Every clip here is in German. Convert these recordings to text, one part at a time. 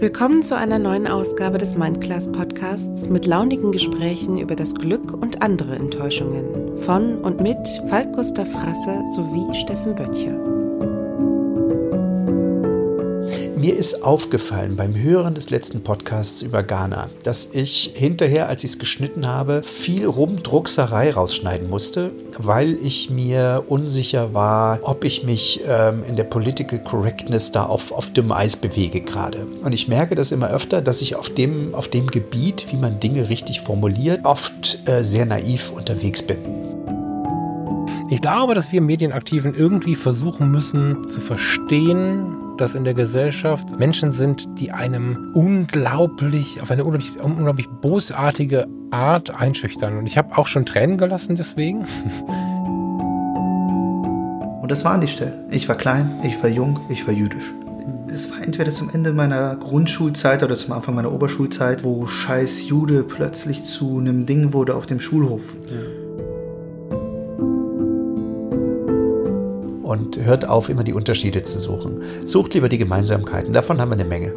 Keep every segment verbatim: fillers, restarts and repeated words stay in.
Willkommen zu einer neuen Ausgabe des Mindclass Podcasts mit launigen Gesprächen über das Glück und andere Enttäuschungen von und mit Falk Gustav Frasse sowie Steffen Böttcher. Mir ist aufgefallen beim Hören des letzten Podcasts über Ghana, dass ich hinterher, als ich es geschnitten habe, viel Rumdruckserei rausschneiden musste, weil ich mir unsicher war, ob ich mich ähm, in der Political Correctness da auf, auf dünnem Eis bewege gerade. Und ich merke das immer öfter, dass ich auf dem, auf dem Gebiet, wie man Dinge richtig formuliert, oft äh, sehr naiv unterwegs bin. Ich glaube, dass wir Medienaktiven irgendwie versuchen müssen zu verstehen, dass in der Gesellschaft Menschen sind, die einem unglaublich, auf eine unglaublich, unglaublich bosartige Art einschüchtern. Und ich habe auch schon Tränen gelassen deswegen. Und das waren die Stellen. Ich war klein, ich war jung, ich war jüdisch. Es war entweder zum Ende meiner Grundschulzeit oder zum Anfang meiner Oberschulzeit, wo scheiß Jude plötzlich zu einem Ding wurde auf dem Schulhof. Ja. Und hört auf, immer die Unterschiede zu suchen. Sucht lieber die Gemeinsamkeiten. Davon haben wir eine Menge.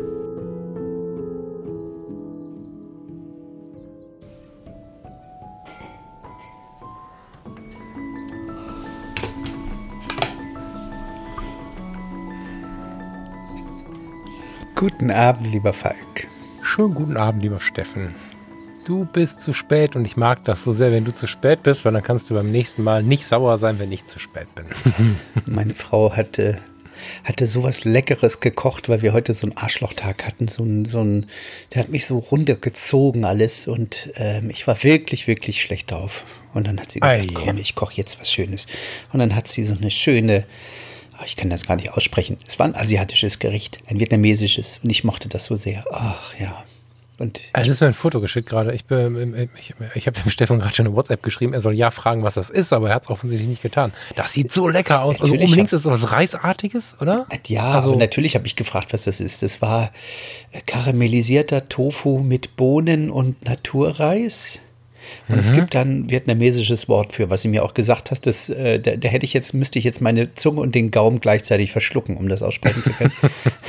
Guten Abend, lieber Falk. Schönen guten Abend, lieber Steffen. Du bist zu spät und ich mag das so sehr, wenn du zu spät bist, weil dann kannst du beim nächsten Mal nicht sauer sein, wenn ich zu spät bin. Meine Frau hatte, hatte sowas Leckeres gekocht, weil wir heute so einen Arschlochtag hatten. So ein, so ein, der hat mich so runtergezogen alles und ähm, ich war wirklich, wirklich schlecht drauf. Und dann hat sie gesagt, Ei. komm, ich koche jetzt was Schönes. Und dann hat sie so eine schöne, ich kann das gar nicht aussprechen, es war ein asiatisches Gericht, ein vietnamesisches und ich mochte das so sehr. Ach ja. Und also das ist mir ein Foto geschickt gerade. Ich, ich, ich habe dem Steffen gerade schon eine WhatsApp geschrieben, er soll ja fragen, was das ist, aber er hat es offensichtlich nicht getan. Das sieht so lecker aus. Also oben links ist so was Reisartiges, oder? Ja, also, aber natürlich habe ich gefragt, was das ist. Das war karamellisierter Tofu mit Bohnen und Naturreis. Und mhm. es gibt dann ein vietnamesisches Wort für, was du mir auch gesagt hast, das, äh, da, da hätte ich jetzt, müsste ich jetzt meine Zunge und den Gaumen gleichzeitig verschlucken, um das aussprechen zu können.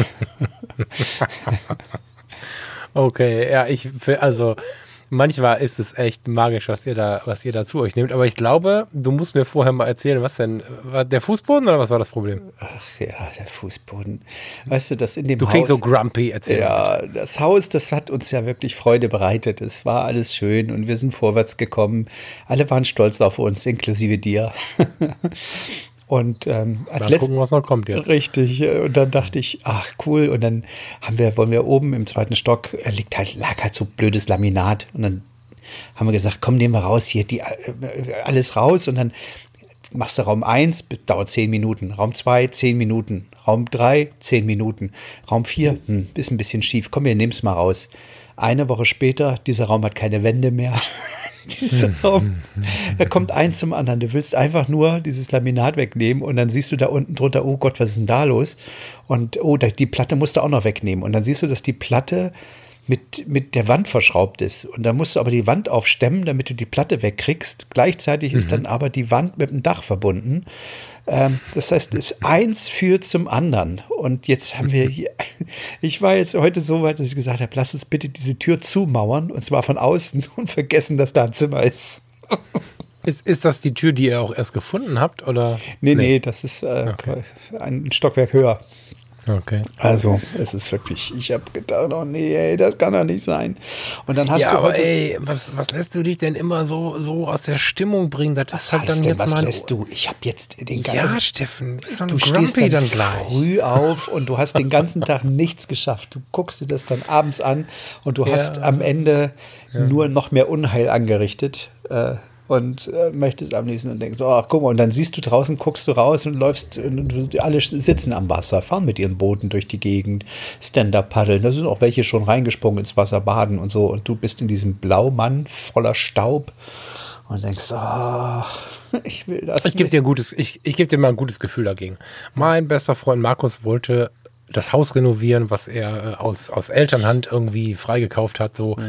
Okay, ja, ich, also manchmal ist es echt magisch, was ihr da, was ihr da zu euch nehmt, aber ich glaube, du musst mir vorher mal erzählen, was denn, war der Fußboden oder was war das Problem? Ach ja, der Fußboden. Weißt du, das in dem du Haus. Du klingst so grumpy, erzähl Ja, mal. Das Haus, das hat uns ja wirklich Freude bereitet. Es war alles schön und wir sind vorwärts gekommen. Alle waren stolz auf uns, inklusive dir. Und ähm, als Mal gucken, was noch kommt jetzt. Richtig. Und dann dachte ich, ach cool. Und dann haben wir, wollen wir oben im zweiten Stock, liegt halt, lag halt so blödes Laminat. Und dann haben wir gesagt, komm, nehmen wir raus hier, die, alles raus. Und dann machst du Raum eins, dauert zehn Minuten. Raum zwei, zehn Minuten. Raum drei, zehn Minuten. Raum vier, hm, ist ein bisschen schief. Komm, wir nehmen es mal raus. Eine Woche später, dieser Raum hat keine Wände mehr. Dieser hm, Raum, hm, da kommt eins zum anderen. Du willst einfach nur dieses Laminat wegnehmen und dann siehst du da unten drunter, oh Gott, was ist denn da los? Und oh, die Platte musst du auch noch wegnehmen. Und dann siehst du, dass die Platte mit, mit der Wand verschraubt ist. Und dann musst du aber die Wand aufstemmen, damit du die Platte wegkriegst. Gleichzeitig mhm. ist dann aber die Wand mit dem Dach verbunden. Ähm, das heißt, es eins führt zum anderen. Und jetzt haben wir hier, ich war jetzt heute so weit, dass ich gesagt habe, lass uns bitte diese Tür zumauern, und zwar von außen, und vergessen, dass da ein Zimmer ist. Ist, ist das die Tür, die ihr auch erst gefunden habt? Oder? Nee, nee, nee das ist äh, okay. ein Stockwerk höher. Okay. Also, es ist wirklich, ich habe gedacht, oh nee, ey, das kann doch nicht sein. Und dann hast ja, du aber heute, ey, was, was lässt du dich denn immer so, so aus der Stimmung bringen? Das was ist halt heißt dann denn, jetzt was mal lässt du? Ich habe jetzt den ganzen Ja, Steffen, bist du, du stehst dann, dann gleich. früh auf und du hast den ganzen Tag nichts geschafft. Du guckst dir das dann abends an und du ja. hast am Ende ja. nur noch mehr Unheil angerichtet. Äh, Und äh, möchtest am liebsten und denkst, oh, guck mal, und dann siehst du draußen, guckst du raus und läufst, und alle sitzen am Wasser, fahren mit ihren Booten durch die Gegend, Stand-up paddeln, da sind auch welche schon reingesprungen ins Wasser, baden und so, und du bist in diesem Blaumann voller Staub und denkst, oh, ich will das Ich gebe dir ein gutes, ich, ich gebe dir mal ein gutes Gefühl dagegen. Mein bester Freund Markus wollte das Haus renovieren, was er aus, aus Elternhand irgendwie freigekauft hat, so. Mhm.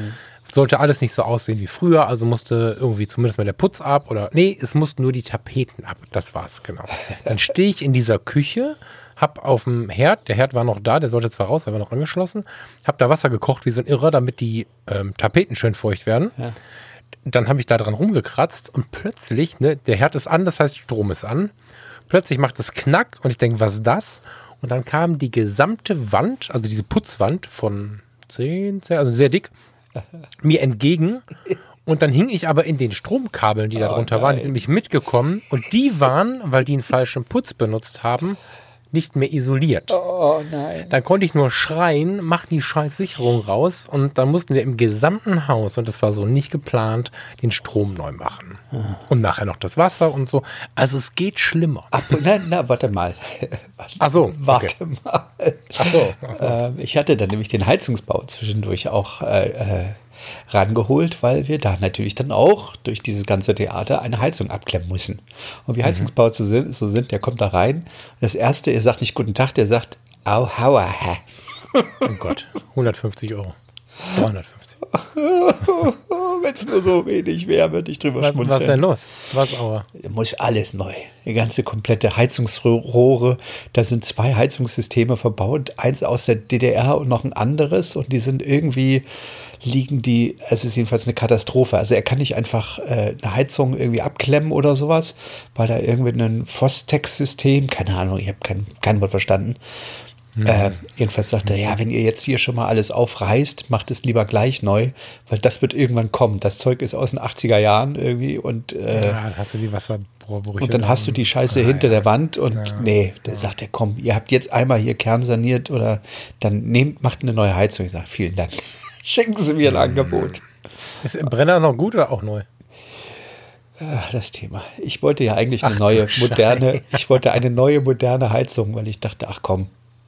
sollte alles nicht so aussehen wie früher, also musste irgendwie zumindest mal der Putz ab oder, nee, es mussten nur die Tapeten ab, das war's, genau. Dann stehe ich in dieser Küche, hab auf dem Herd, der Herd war noch da, der sollte zwar raus, der war noch angeschlossen, hab da Wasser gekocht wie so ein Irrer, damit die ähm, Tapeten schön feucht werden. Ja. Dann habe ich da dran rumgekratzt und plötzlich, ne, der Herd ist an, das heißt Strom ist an. Plötzlich macht es Knack und ich denke, was ist das? Und dann kam die gesamte Wand, also diese Putzwand von zehn, also sehr dick, mir entgegen. Und dann hing ich aber in den Stromkabeln, die da drunter oh, waren, die sind nämlich mitgekommen. Und die waren, weil die einen falschen Putz benutzt haben, nicht mehr isoliert. Oh nein. Dann konnte ich nur schreien, mach die scheiß Sicherung raus und dann mussten wir im gesamten Haus, und das war so nicht geplant, den Strom neu machen. Ah. Und nachher noch das Wasser und so. Also es geht schlimmer. Ach, na, na, warte mal. Ach so. Warte okay. mal. Ach so. Ach so. Äh, ich hatte dann nämlich den Heizungsbau zwischendurch auch äh, äh, rangeholt, weil wir da natürlich dann auch durch dieses ganze Theater eine Heizung abklemmen müssen. Und wie Heizungsbauer so sind, so sind, der kommt da rein. Und das Erste, er sagt nicht guten Tag, der sagt au, hauer. Oh Gott, hundertfünfzig Euro. dreihundertfünfzig. Wenn es nur so wenig wäre, würde ich drüber was, schmunzeln. Was ist denn los? Was aber? Muss alles neu. Die ganze komplette Heizungsrohre. Da sind zwei Heizungssysteme verbaut. Eins aus der D D R und noch ein anderes. Und die sind irgendwie, liegen die, es ist jedenfalls eine Katastrophe. Also er kann nicht einfach äh, eine Heizung irgendwie abklemmen oder sowas, weil da irgendwie ein Fostex-System, keine Ahnung, ich habe kein, kein Wort verstanden. Mhm. Äh, jedenfalls sagt er, ja, wenn ihr jetzt hier schon mal alles aufreißt, macht es lieber gleich neu, weil das wird irgendwann kommen. Das Zeug ist aus den achtziger Jahren irgendwie und äh, ja, dann hast du die Wasserbrüche. Und dann hast du die Scheiße ah, hinter ja. der Wand und ja. nee, der ja. sagt er, komm, ihr habt jetzt einmal hier kernsaniert oder dann nehmt, macht eine neue Heizung. Ich sage, vielen Dank. Schenken Sie mir ein mhm. Angebot. Ist der Brenner noch gut oder auch neu? Ach, das Thema. Ich wollte ja eigentlich eine ach, neue, moderne, ich wollte eine neue, moderne Heizung, weil ich dachte, ach komm,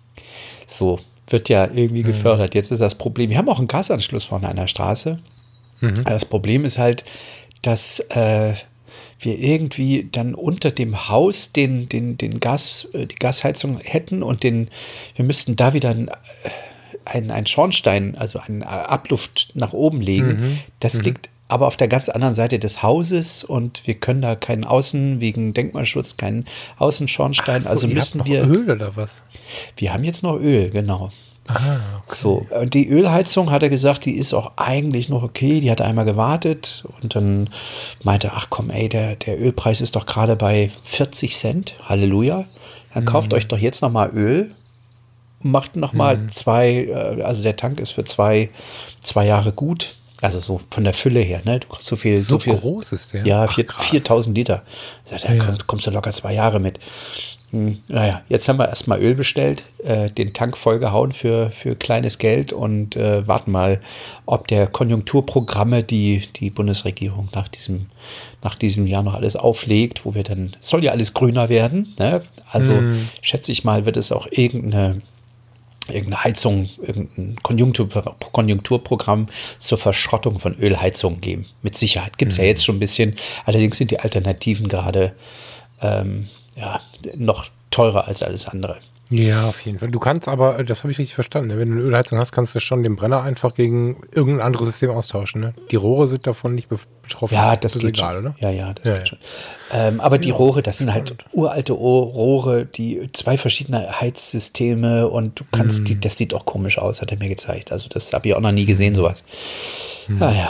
so, wird ja irgendwie mhm. gefördert. Jetzt ist das Problem, wir haben auch einen Gasanschluss vorne an der Straße. Mhm. Das Problem ist halt, dass äh, wir irgendwie dann unter dem Haus den, den, den Gas, die Gasheizung hätten und den, wir müssten da wieder ein, ein, ein Schornstein, also eine Abluft nach oben legen. Mhm. Das mhm. liegt aber auf der ganz anderen Seite des Hauses und wir können da keinen Außen, wegen Denkmalschutz, keinen Außenschornstein. Ach so, also müssen habt noch wir. Öl oder was? Wir haben jetzt noch Öl, genau. Ah, okay. So, und die Ölheizung, hat er gesagt, die ist auch eigentlich noch okay. Die hat einmal gewartet und dann meinte, ach komm, ey, der, der Ölpreis ist doch gerade bei vierzig Cent. Halleluja. Dann kauft mhm. euch doch jetzt noch mal Öl. Macht noch mal mhm. zwei, also der Tank ist für zwei, zwei Jahre gut. Also so von der Fülle her, ne? Du kriegst so viel. So, so viel, groß ist der? Ja, viertausend Liter. Da ja. kommst, kommst du locker zwei Jahre mit. Hm, naja, jetzt haben wir erstmal Öl bestellt, äh, den Tank vollgehauen für, für kleines Geld und äh, warten mal, ob der Konjunkturprogramme, die die Bundesregierung nach diesem, nach diesem Jahr noch alles auflegt, wo wir dann, es soll ja alles grüner werden, ne? Also hm. schätze ich mal, wird es auch irgendeine irgendeine Heizung, irgendein Konjunktur, Konjunkturprogramm zur Verschrottung von Ölheizungen geben. Mit Sicherheit. Gibt es mhm. ja jetzt schon ein bisschen. Allerdings sind die Alternativen gerade ähm, ja, noch teurer als alles andere. Ja, auf jeden Fall. Du kannst aber, das habe ich richtig verstanden, wenn du eine Ölheizung hast, kannst du schon den Brenner einfach gegen irgendein anderes System austauschen. Ne? Die Rohre sind davon nicht betroffen. Ja, das, das geht egal, schon. Oder? Ja, ja, das ja, geht ja. schon. Ähm, aber die Rohre, das sind halt uralte Rohre, die zwei verschiedene Heizsysteme und du kannst mm. die, das sieht auch komisch aus, hat er mir gezeigt. Also das habe ich auch noch nie gesehen, sowas. Mm. Naja.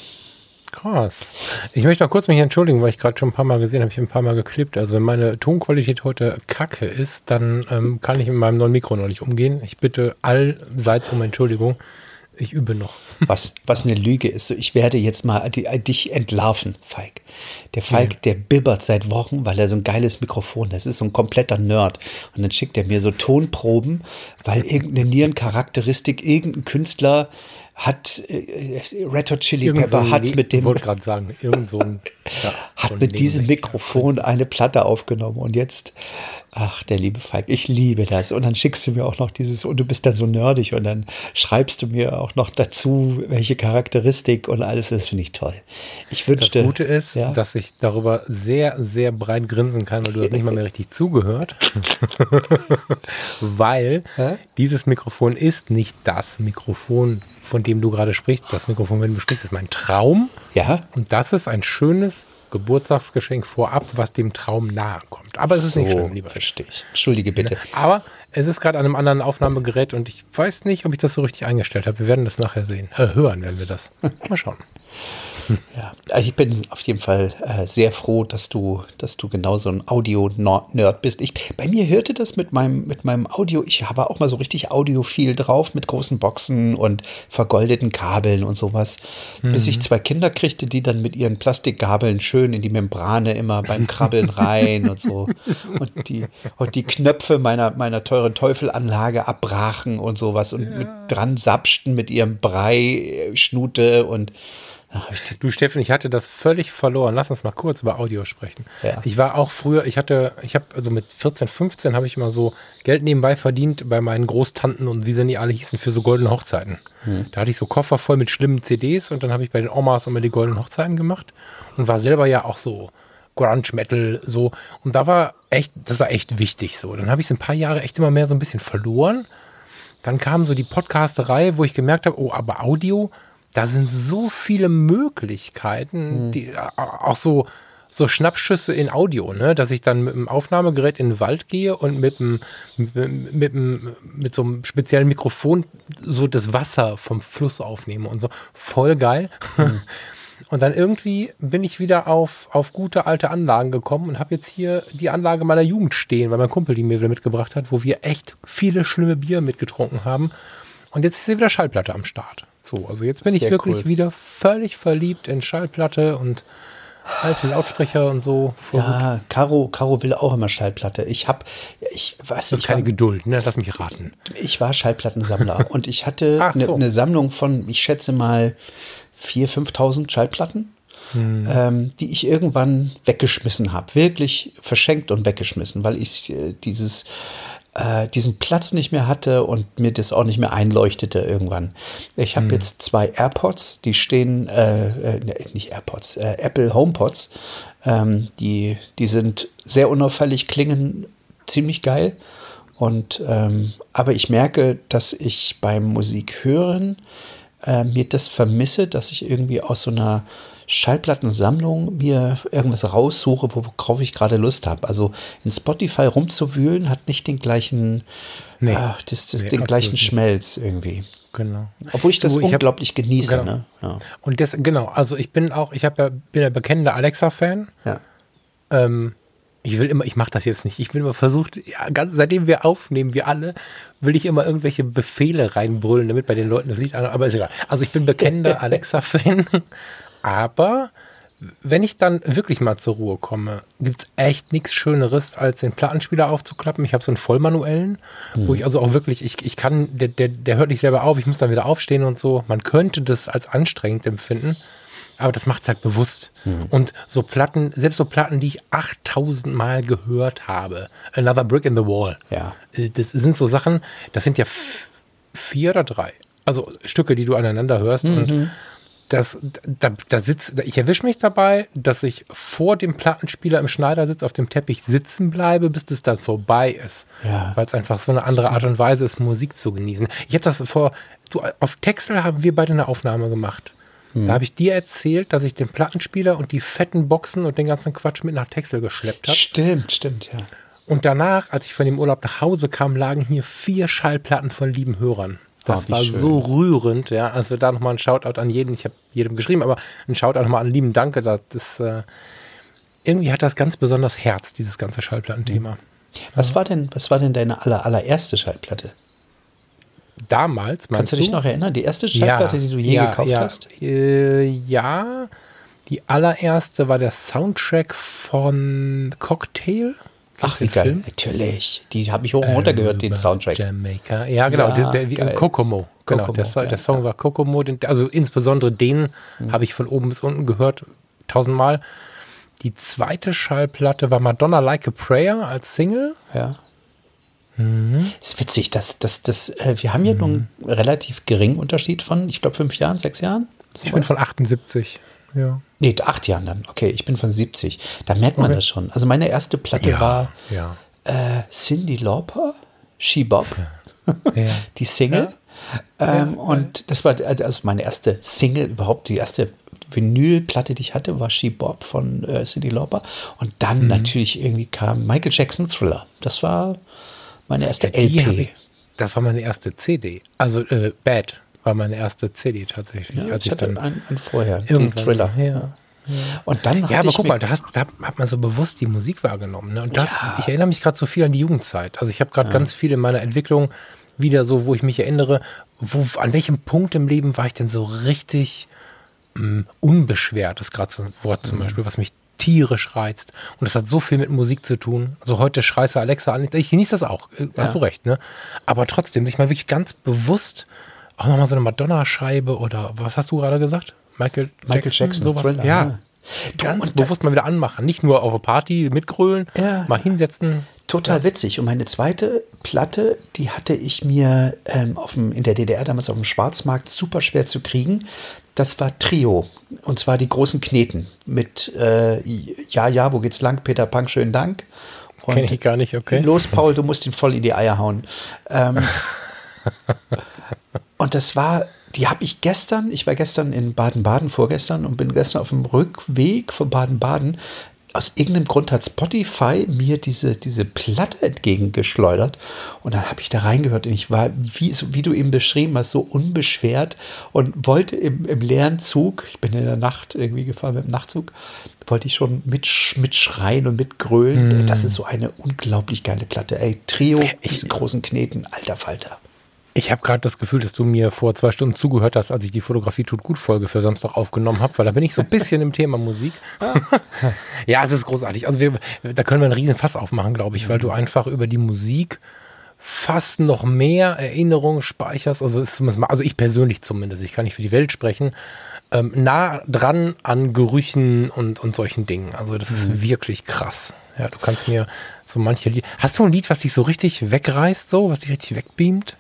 Krass. Ich möchte mal kurz mich entschuldigen, weil ich gerade schon ein paar Mal gesehen habe, ich ein paar Mal geklippt. Also wenn meine Tonqualität heute kacke ist, dann ähm, kann ich mit meinem neuen Mikro noch nicht umgehen. Ich bitte allseits um Entschuldigung. Ich übe noch. Was, was eine Lüge ist. Ich werde jetzt mal die, dich entlarven, Falk. Der Falk, ja. der bibbert seit Wochen, weil er so ein geiles Mikrofon hat. Das ist so ein kompletter Nerd. Und dann schickt er mir so Tonproben, weil irgendeine Nierencharakteristik, irgendein Künstler hat äh, Red Hot Chili Pepper so hat Le- mit dem ich wollte gerade sagen, irgend so ein, ja, hat so ein mit diesem Mikrofon eine Platte aufgenommen und jetzt, ach, der liebe Falk, ich liebe das. Und dann schickst du mir auch noch dieses, und du bist dann so nerdig und dann schreibst du mir auch noch dazu, welche Charakteristik und alles, das finde ich toll. Ich wünschte. Das Gute ist, ja? dass ich darüber sehr, sehr breit grinsen kann, weil du hast nicht mal mehr richtig zugehört. Weil Hä? dieses Mikrofon ist nicht das Mikrofon von dem du gerade sprichst, das Mikrofon, wenn du sprichst, ist mein Traum. Ja. Und das ist ein schönes Geburtstagsgeschenk vorab, was dem Traum nahe kommt. Aber es ist so, nicht schlimm, lieber. Verstehe ich. Entschuldige bitte. Aber es ist gerade an einem anderen Aufnahmegerät und ich weiß nicht, ob ich das so richtig eingestellt habe. Wir werden das nachher sehen. Äh, hören werden wir das. Mal schauen. Ja, ich bin auf jeden Fall äh, sehr froh, dass du, dass du genauso ein Audio-Nerd bist. Ich, bei mir hörte das mit meinem, mit meinem Audio, ich habe auch mal so richtig audiophil drauf mit großen Boxen und vergoldeten Kabeln und sowas, mhm. bis ich zwei Kinder kriegte, die dann mit ihren Plastikgabeln schön in die Membrane immer beim Krabbeln rein und so und die, und die Knöpfe meiner, meiner teuren Teufelanlage abbrachen und sowas und ja. mit dran sapschten mit ihrem Brei-Schnute und Du, Steffen, ich hatte das völlig verloren. Lass uns mal kurz über Audio sprechen. Ja. Ich war auch früher, ich hatte, ich habe also mit vierzehn, fünfzehn habe ich immer so Geld nebenbei verdient bei meinen Großtanten und wie sie die alle hießen für so goldene Hochzeiten. Hm. Da hatte ich so Koffer voll mit schlimmen C Ds und dann habe ich bei den Omas immer die goldenen Hochzeiten gemacht und war selber ja auch so Grunge Metal so und da war echt, das war echt wichtig so. Dann habe ich es ein paar Jahre echt immer mehr so ein bisschen verloren. Dann kam so die Podcasterei, wo ich gemerkt habe, oh, aber Audio, da sind so viele Möglichkeiten, die auch so, so Schnappschüsse in Audio, ne? Dass ich dann mit dem Aufnahmegerät in den Wald gehe und mit, dem, mit, mit, mit so einem speziellen Mikrofon so das Wasser vom Fluss aufnehme und so. Voll geil. Mhm. Und dann irgendwie bin ich wieder auf, auf gute alte Anlagen gekommen und habe jetzt hier die Anlage meiner Jugend stehen, weil mein Kumpel die mir wieder mitgebracht hat, wo wir echt viele schlimme Bier mitgetrunken haben. Und jetzt ist hier wieder Schallplatte am Start. So, also jetzt bin Sehr ich wirklich cool. wieder völlig verliebt in Schallplatte und alte Lautsprecher und so. Ja, Caro, Caro will auch immer Schallplatte. Ich habe, ich weiß nicht. Das ist keine war, Geduld, ne? Lass mich raten. Ich war Schallplattensammler und ich hatte eine so. ne Sammlung von, ich schätze mal, viertausend, fünftausend Schallplatten, hm. ähm, die ich irgendwann weggeschmissen habe. Wirklich verschenkt und weggeschmissen, weil ich äh, dieses Äh, diesen Platz nicht mehr hatte und mir das auch nicht mehr einleuchtete irgendwann. Ich habe hm. jetzt zwei AirPods, die stehen, äh, äh, nicht AirPods, äh, Apple HomePods, ähm, die, die sind sehr unauffällig, klingen ziemlich geil. Und ähm, aber ich merke, dass ich beim Musikhören äh, mir das vermisse, dass ich irgendwie aus so einer Schallplattensammlung mir irgendwas raussuche, worauf ich gerade Lust habe. Also in Spotify rumzuwühlen hat nicht den gleichen, nee. äh, das, das nee, den gleichen Schmelz irgendwie. Genau. Obwohl ich das du, ich unglaublich hab, genieße. Genau. Ne? Ja. Und das, genau, also ich bin auch, ich hab ja, bin ja bekennender Alexa-Fan. Ja. Ähm, ich will immer, ich mache das jetzt nicht, ich will immer versucht, ja, ganz, seitdem wir aufnehmen, wir alle, will ich immer irgendwelche Befehle reinbrüllen, damit bei den Leuten das Lied an, aber ist egal. Also ich bin bekennender Alexa-Fan. Aber wenn ich dann wirklich mal zur Ruhe komme, gibt es echt nichts Schöneres, als den Plattenspieler aufzuklappen. Ich habe so einen vollmanuellen, mhm. wo ich also auch wirklich, ich, ich kann, der, der, der hört nicht selber auf, ich muss dann wieder aufstehen und so. Man könnte das als anstrengend empfinden, aber das macht es halt bewusst. Mhm. Und so Platten, selbst so Platten, die ich achttausend Mal gehört habe, Another Brick in the Wall, ja. das sind so Sachen, das sind ja f- vier oder drei, also Stücke, die du aneinander hörst mhm. und Das, da, da sitzt, ich erwische mich dabei, dass ich vor dem Plattenspieler im Schneidersitz auf dem Teppich sitzen bleibe, bis das dann vorbei ist. Ja. Weil es einfach so eine andere Art und Weise ist, Musik zu genießen. Ich habe das vor, du, auf Texel haben wir beide eine Aufnahme gemacht. Hm. Da habe ich dir erzählt, dass ich den Plattenspieler und die fetten Boxen und den ganzen Quatsch mit nach Texel geschleppt habe. Stimmt, stimmt, ja. Und danach, als ich von dem Urlaub nach Hause kam, lagen hier vier Schallplatten von lieben Hörern. Das oh, war schön. So rührend, ja. Also da nochmal ein Shoutout an jeden. Ich habe jedem geschrieben, aber ein Shoutout nochmal an lieben Danke. Das ist, äh, irgendwie hat das ganz besonders Herz, dieses ganze Schallplattenthema. Was ja. war denn, was war denn deine aller, allererste Schallplatte? Damals, meinst Kannst du dich du? noch erinnern? Die erste Schallplatte, ja, die du je ja, gekauft ja. hast? Äh, ja, die allererste war der Soundtrack von Cocktail. Ach, wie geil, Film? Natürlich. Die habe ich hoch und runter ähm, gehört, den Soundtrack. Jamaika. Ja, genau. Ja, der, der, Kokomo. Genau, Kokomo, der, der Song ja. war Kokomo. Den, also insbesondere den mhm. habe ich von oben bis unten gehört, tausendmal. Die zweite Schallplatte war Madonna Like a Prayer als Single. Ja. Mhm. Ist witzig, dass das, das, äh, wir haben ja mhm. nun einen relativ geringen Unterschied von, ich glaube, fünf Jahren, sechs Jahren. So ich bin von achtundsiebzig. Ja. Nee, acht Jahren dann. Okay, ich bin von siebzig. Da merkt man okay. das schon. Also meine erste Platte ja, war ja. Äh, Cyndi Lauper, She Bop, ja. die Single. Ähm, ja, und das war also meine erste Single überhaupt, die erste Vinylplatte, die ich hatte, war She Bop von äh, Cyndi Lauper. Und dann mhm. natürlich irgendwie kam Michael Jackson Thriller. Das war meine erste ja, L P. Ich, das war meine erste C D. Also äh, Bad war meine erste C D tatsächlich. Ja, als ich hatte dann einen, einen vorher, den Thriller. Ja. Ja. Und dann ja, aber guck mal, da, hast, da hat man so bewusst die Musik wahrgenommen. Ne? Und das, ja. ich erinnere mich gerade so viel an die Jugendzeit. Also ich habe gerade ja. ganz viel in meiner Entwicklung wieder so, wo ich mich erinnere, wo, an welchem Punkt im Leben war ich denn so richtig mh, unbeschwert, das ist gerade so ein Wort zum mhm. Beispiel, was mich tierisch reizt. Und das hat so viel mit Musik zu tun. Also heute schreist du Alexa an. Ich genieße das auch, ja. hast du recht. Ne? Aber trotzdem, sich mal wirklich ganz bewusst auch nochmal so eine Madonna-Scheibe oder was hast du gerade gesagt? Michael Jackson, Michael Jackson sowas. Thriller, ja. ja. Ganz und bewusst mal wieder anmachen. Nicht nur auf eine Party mitgrölen, ja. mal hinsetzen. Total ja. witzig. Und meine zweite Platte, die hatte ich mir ähm, auf dem, in der D D R damals auf dem Schwarzmarkt super schwer zu kriegen. Das war Trio. Und zwar die großen Kneten mit äh, Ja, ja, wo geht's lang? Peter Punk, schönen Dank. Kenn ich gar nicht, okay. Los, Paul, du musst ihn voll in die Eier hauen. Ähm, und das war... Die habe ich gestern, ich war gestern in Baden-Baden, vorgestern, und bin gestern auf dem Rückweg von Baden-Baden. Aus irgendeinem Grund hat Spotify mir diese, diese Platte entgegengeschleudert. Und dann habe ich da reingehört und ich war, wie, wie du eben beschrieben hast, so unbeschwert und wollte im, im leeren Zug, ich bin in der Nacht irgendwie gefahren mit dem Nachtzug, wollte ich schon mitsch, mitschreien und mitgrölen. Mm. Das ist so eine unglaublich geile Platte. Ey, Trio, diese großen Kneten, alter Falter. Ich habe gerade das Gefühl, dass du mir vor zwei Stunden zugehört hast, als ich die Fotografie tut gut Folge für Samstag aufgenommen habe, weil da bin ich so ein bisschen im Thema Musik. Ja, es ist großartig. Also wir, da können wir einen riesen Fass aufmachen, glaube ich, weil du einfach über die Musik fast noch mehr Erinnerungen speicherst. Also, ist, also ich persönlich zumindest, ich kann nicht für die Welt sprechen, ähm, nah dran an Gerüchen und, und solchen Dingen. Also das ist mhm. wirklich krass. Ja, du kannst mir so manche Lieder... Hast du ein Lied, was dich so richtig wegreißt, so, was dich richtig wegbeamt?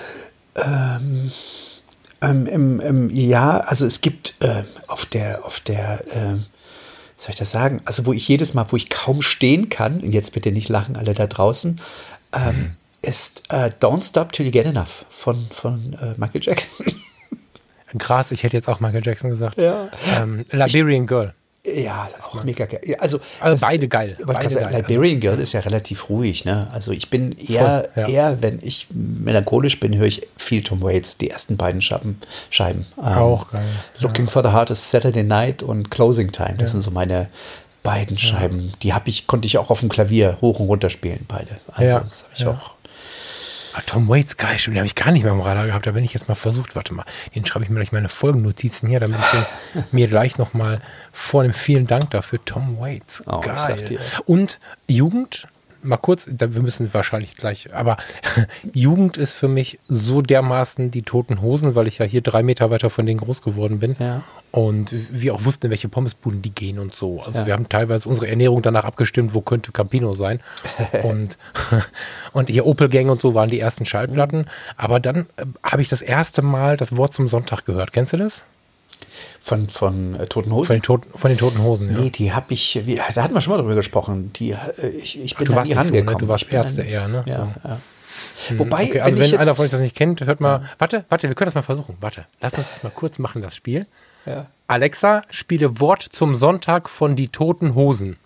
Ähm, ähm, ähm, ähm, ja, also es gibt äh, auf der, auf der, äh, soll ich das sagen, also wo ich jedes Mal, wo ich kaum stehen kann, und jetzt bitte nicht lachen alle da draußen, ähm, mhm. ist äh, Don't Stop Till You Get Enough von, von äh, Michael Jackson. Krass, ich hätte jetzt auch Michael Jackson gesagt. Ja. Ähm, Liberian ich, Girl. Ja, auch mega geil. Also, also das, beide geil. Beide sagen, geil. Liberian Girl ist ja relativ ruhig, ne? Also ich bin eher, Voll, ja. eher, wenn ich melancholisch bin, höre ich viel Tom Waits, die ersten beiden Scheiben. Scheiben. Auch ähm, geil. Looking ja. for the Heart is Saturday Night und Closing Time. Das ja. sind so meine beiden Scheiben. Ja. Die habe ich, konnte ich auch auf dem Klavier hoch und runter spielen, beide. Also ja. das habe ich ja. auch. Tom Waits, geil, den habe ich gar nicht mehr im Radar gehabt. Da bin ich jetzt mal versucht, warte mal, den schreibe ich mir gleich meine Folgennotizen hier, damit ich den mir gleich noch mal vornehme. Vielen Dank dafür, Tom Waits. Oh, geil. Und Jugend, mal kurz, wir müssen wahrscheinlich gleich, aber Jugend ist für mich so dermaßen die Toten Hosen, weil ich ja hier drei Meter weiter von denen groß geworden bin. Ja. Und wir auch wussten, in welche Pommesbuden die gehen und so. Also ja. wir haben teilweise unsere Ernährung danach abgestimmt, wo könnte Campino sein. und, und hier Opel Gang und so waren die ersten Schallplatten. Aber dann äh, habe ich das erste Mal das Wort zum Sonntag gehört. Kennst du das? Von, von äh, Toten Hosen? Von den, Toten, von den Toten Hosen, ja. Nee, die habe ich, wie, da hatten wir schon mal drüber gesprochen. Die, äh, ich, ich bin Ach, du da warst nie rangekommen. So, ne? Du warst Ärzte dann, eher, ne? Ja, so. ja. Hm, Wobei, okay, also wenn, wenn jetzt, einer von euch das nicht kennt, hört mal, ja. warte, warte, wir können das mal versuchen. Warte, lass uns das mal kurz machen, das Spiel. Ja. Alexa, spiele Wort zum Sonntag von die Toten Hosen.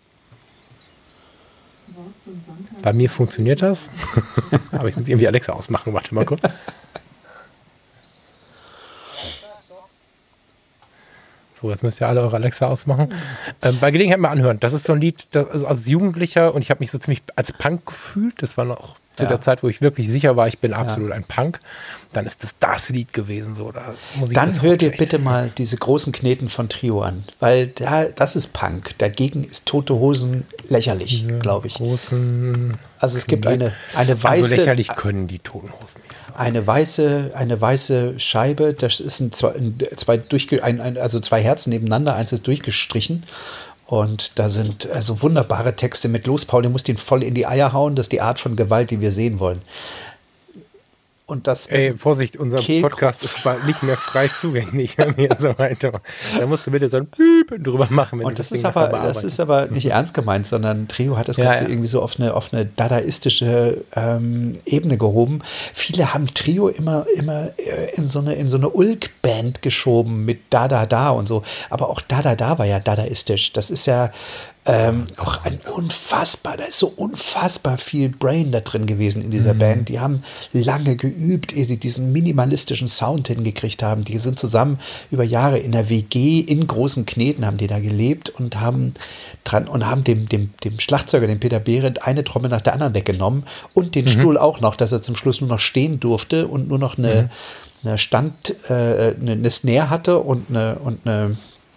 Wort zum Sonntag. Bei mir funktioniert das. Aber ich muss irgendwie Alexa ausmachen. Warte mal kurz. So, jetzt müsst ihr alle eure Alexa ausmachen. Ähm, bei Gelegenheit mal anhören. Das ist so ein Lied, das, also als Jugendlicher, und ich habe mich so ziemlich als Punk gefühlt. Das war noch zu ja. der Zeit, wo ich wirklich sicher war, ich bin absolut ja. ein Punk. Dann ist das das Lied gewesen. So, da Musik Dann hör dir bitte mal diese großen Kneten von Trio an. Weil da, das ist Punk. Dagegen ist Tote Hosen lächerlich, ja, glaube ich. Großen also es gibt eine, eine weiße... Also lächerlich können die Toten Hosen nicht sein. Eine weiße, eine weiße Scheibe, das ist ein, ein, zwei, durchge, ein, ein, also zwei Herzen nebeneinander, eins ist durchgestrichen. Und da sind also wunderbare Texte mit Los, Paul, du musst ihn voll in die Eier hauen. Das ist die Art von Gewalt, die wir sehen wollen. Und das Ey, Vorsicht, unser Kek- Podcast ist bald nicht mehr frei zugänglich, wenn wir so weiter. Da musst du bitte so ein Piep drüber machen. Wenn Und du das Ding ist nachher aber, das bearbeitest. ist aber nicht ernst gemeint, sondern Trio hat das Ja, Ganze ja. irgendwie so auf eine, auf eine dadaistische ähm, Ebene gehoben. Viele haben Trio immer, immer äh, in so eine, in so eine Ulk-Band geschoben mit Da Da Da und so. Aber auch Da Da Da war ja dadaistisch. Das ist ja ähm, auch ein unfassbar, da ist so unfassbar viel Brain da drin gewesen in dieser Mhm. Band. Die haben lange geübt, ehe sie diesen minimalistischen Sound hingekriegt haben. Die sind zusammen über Jahre in der W G in Großen Kneten haben die da gelebt und haben dran und haben dem, dem, dem Schlagzeuger, dem Peter Behrendt, eine Trommel nach der anderen weggenommen und den Stuhl auch noch, dass er zum Schluss nur noch stehen durfte und nur noch eine, eine Stand, äh, eine, eine Snare hatte und eine, und eine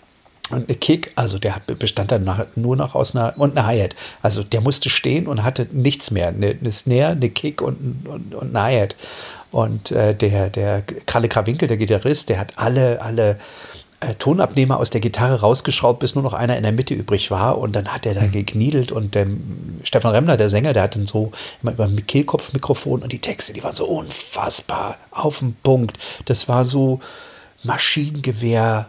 Und eine Kick, also der bestand dann nach, nur noch aus einer, und eine Hi-Hat. Also der musste stehen und hatte nichts mehr. Eine, eine Snare, eine Kick und, und, und eine Hi-Hat. Und äh, der, der Kralle Krawinkel, der Gitarrist, der hat alle, alle äh, Tonabnehmer aus der Gitarre rausgeschraubt, bis nur noch einer in der Mitte übrig war. Und dann hat er da gekniedelt und der Stefan Remmler, der Sänger, der hat dann so immer über ein Kehlkopfmikrofon und die Texte, die waren so unfassbar auf den Punkt. Das war so Maschinengewehr.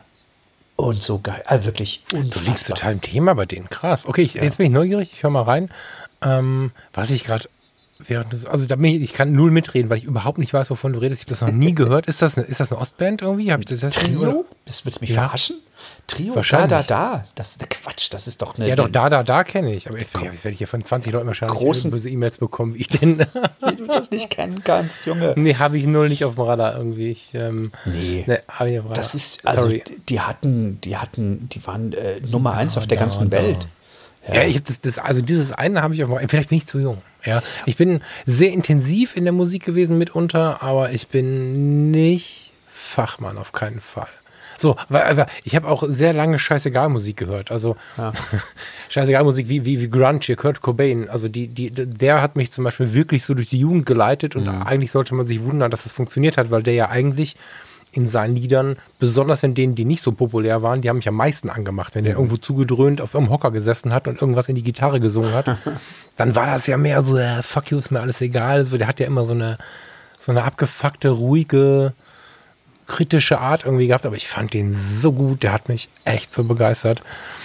Und so geil, also wirklich Du liegst unfassbar. total im Thema bei denen, krass. Okay, ich, jetzt bin ich neugierig, ich höre mal rein. Ähm, was ich gerade während du, also da bin ich, ich kann null mitreden, weil ich überhaupt nicht weiß, wovon du redest. Ich habe das noch nie gehört. Ist das eine, ist das eine Ostband irgendwie? Habe ich das jetzt Trio? Bist, willst du mich Ja. verarschen? Trio? Wahrscheinlich. Da, da, da. Das ist eine Quatsch, das ist doch eine... Ja, doch, da, da, da kenne ich. Aber jetzt, ja, jetzt werde ich hier von zwanzig Leuten wahrscheinlich Großen- böse E-Mails bekommen, wie ich denn. Wie du das nicht kennen kannst, Junge. Nee, habe ich null nicht auf dem Radar irgendwie. Ich, ähm, Nee. nee, hab ich auf dem Radar. Das ist, also Sorry. die hatten, die hatten, die waren äh, Nummer eins auf der da, ganzen da. Welt. Ja, ich habe das, das, also dieses eine habe ich auf dem, vielleicht bin ich zu jung. Ja, ich bin sehr intensiv in der Musik gewesen mitunter, aber ich bin nicht Fachmann, auf keinen Fall. So, weil, weil ich habe auch sehr lange Scheißegal-Musik gehört. Also Ja. Scheißegal-Musik wie, wie, wie Grunge, hier, Kurt Cobain. Also die, die, der hat mich zum Beispiel wirklich so durch die Jugend geleitet und eigentlich sollte man sich wundern, dass das funktioniert hat, weil der ja eigentlich in seinen Liedern, besonders in denen, die nicht so populär waren, die haben mich am meisten angemacht. Wenn der irgendwo zugedröhnt auf irgendeinem Hocker gesessen hat und irgendwas in die Gitarre gesungen hat, dann war das ja mehr so, äh, fuck you, ist mir alles egal. So, der hat ja immer so eine, so eine abgefuckte, ruhige, kritische Art irgendwie gehabt, aber ich fand den so gut, der hat mich echt so begeistert.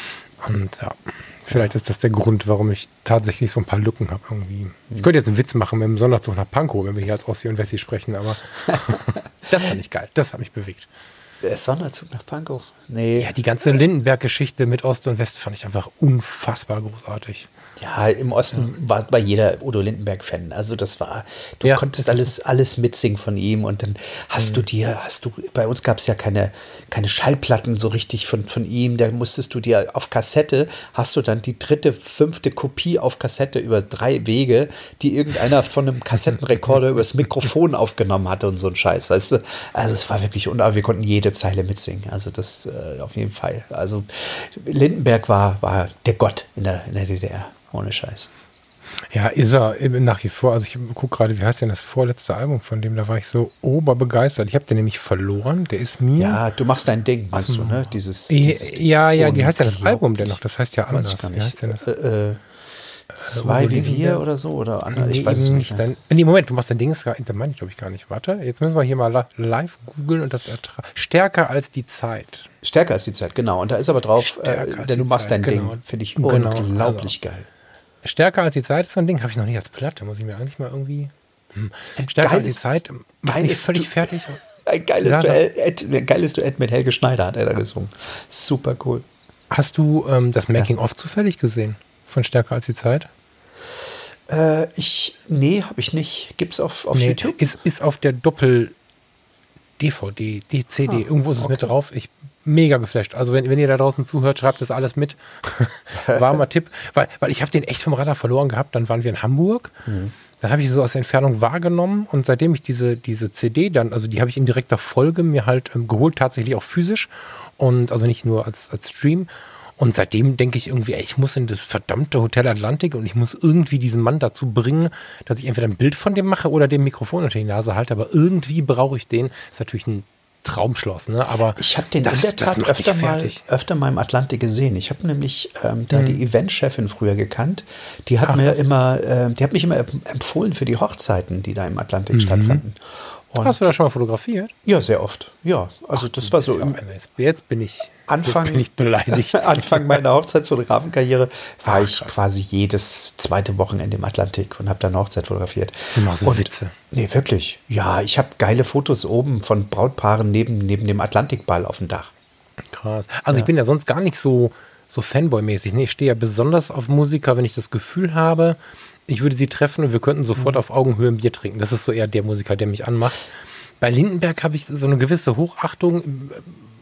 Und ja, vielleicht ist das der Grund, warum ich tatsächlich so ein paar Lücken habe irgendwie. Ich könnte jetzt einen Witz machen mit dem Sonderzug nach Pankow, wenn wir hier als Ossi und Wessi sprechen, aber das fand ich geil. Das hat mich bewegt. Der Sonderzug nach Pankow. Nee. Ja, die ganze Lindenberg-Geschichte mit Ost und West fand ich einfach unfassbar großartig. Ja, im Osten war bei jeder Udo Lindenberg-Fan. Also das war, du Ja, konntest das alles, ist alles mitsingen von ihm und dann hast du dir, hast du, bei uns gab es ja keine, keine Schallplatten so richtig von, von ihm, da musstest du dir auf Kassette, hast du dann die dritte, fünfte Kopie auf Kassette über drei Wege, die irgendeiner von einem Kassettenrekorder übers Mikrofon aufgenommen hatte und so ein Scheiß, weißt du? Also es war wirklich, und wir konnten jede Zeile mitsingen, also das äh, auf jeden Fall. Also Lindenberg war, war der Gott in der, in der D D R. Ohne Scheiß. Ja, ist er eben nach wie vor. Also ich gucke gerade, wie heißt denn das vorletzte Album von dem? Da war ich so oberbegeistert. Ich habe den nämlich verloren. Der ist mir... Ja, du machst dein Ding, meinst du, ne? Dieses, Ja, dieses ja, ja, wie heißt denn das unglaublich. Album denn noch? Das heißt ja Weiß anders. ich gar Wie heißt denn nicht. das? Äh, äh, zwei Udo wie wir Lindenberg? oder so? Oder andere? Nee, Ich weiß es eben nicht. Dann, nee, Moment, du machst dein Ding, das meine ich glaube ich gar nicht. Warte, jetzt müssen wir hier mal la- live googeln und das ertra- stärker als die Zeit. Stärker als die Zeit, genau. Und da ist aber drauf, Stärker äh, als denn du die machst Zeit, dein genau. Ding. Finde ich Genau, unglaublich geil. Stärker als die Zeit ist so ein Ding, habe ich noch nicht als Platte, muss ich mir eigentlich mal irgendwie... Hm. Stärker als die geiles- Zeit, macht mich geiles völlig Du- fertig. Ein geiles, Ja, Duell, Ed, ein geiles Duett mit Helge Schneider hat er da gesungen. Super cool. Hast du ähm, das Making-of zufällig gesehen? Von Stärker als die Zeit? Äh, ich, nee, habe ich nicht. Gibt's auf, auf Nee, YouTube? Ist, ist auf der Doppel-D V D, die C D. Ah, Irgendwo ist es okay. mit drauf. Ich mega geflasht. Also wenn, wenn ihr da draußen zuhört, schreibt das alles mit. Warmer Tipp. Weil, weil ich habe den echt vom Radar verloren gehabt. Dann waren wir in Hamburg. Mhm. Dann habe ich ihn so aus der Entfernung wahrgenommen. Und seitdem ich diese, diese C D dann, also die habe ich in direkter Folge mir halt ähm, geholt, tatsächlich auch physisch. Und also nicht nur als, als Stream. Und seitdem denke ich irgendwie, ey, ich muss in das verdammte Hotel Atlantik und ich muss irgendwie diesen Mann dazu bringen, dass ich entweder ein Bild von dem mache oder dem Mikrofon unter die Nase halte. Aber irgendwie brauche ich den. Ist natürlich ein Traumschloss, ne? Aber ich habe den das, in der Tat öfter mal, öfter mal im Atlantik gesehen. Ich habe nämlich ähm, da mhm. die Eventchefin früher gekannt. Die hat Ach, mir immer, äh, die hat mich immer empfohlen für die Hochzeiten, die da im Atlantik mhm. stattfanden. Und hast du da schon mal fotografiert? Ja, sehr oft. Ja, also Ach, das war so. Im jetzt, jetzt bin ich Anfang, jetzt bin ich beleidigt. Anfang meiner Hochzeitsfotografenkarriere war Ach, ich quasi jedes zweite Wochenende im Atlantik und habe da eine Hochzeit fotografiert. Du machst so Witze. Nee, wirklich. Ja, ich habe geile Fotos oben von Brautpaaren neben, neben dem Atlantikball auf dem Dach. Krass. Also ja. ich bin ja sonst gar nicht so, so Fanboy-mäßig. Nee, ich stehe ja besonders auf Musiker, wenn ich das Gefühl habe, ich würde sie treffen und wir könnten sofort mhm. auf Augenhöhe ein Bier trinken. Das ist so eher der Musiker, der mich anmacht. Bei Lindenberg habe ich so eine gewisse Hochachtung,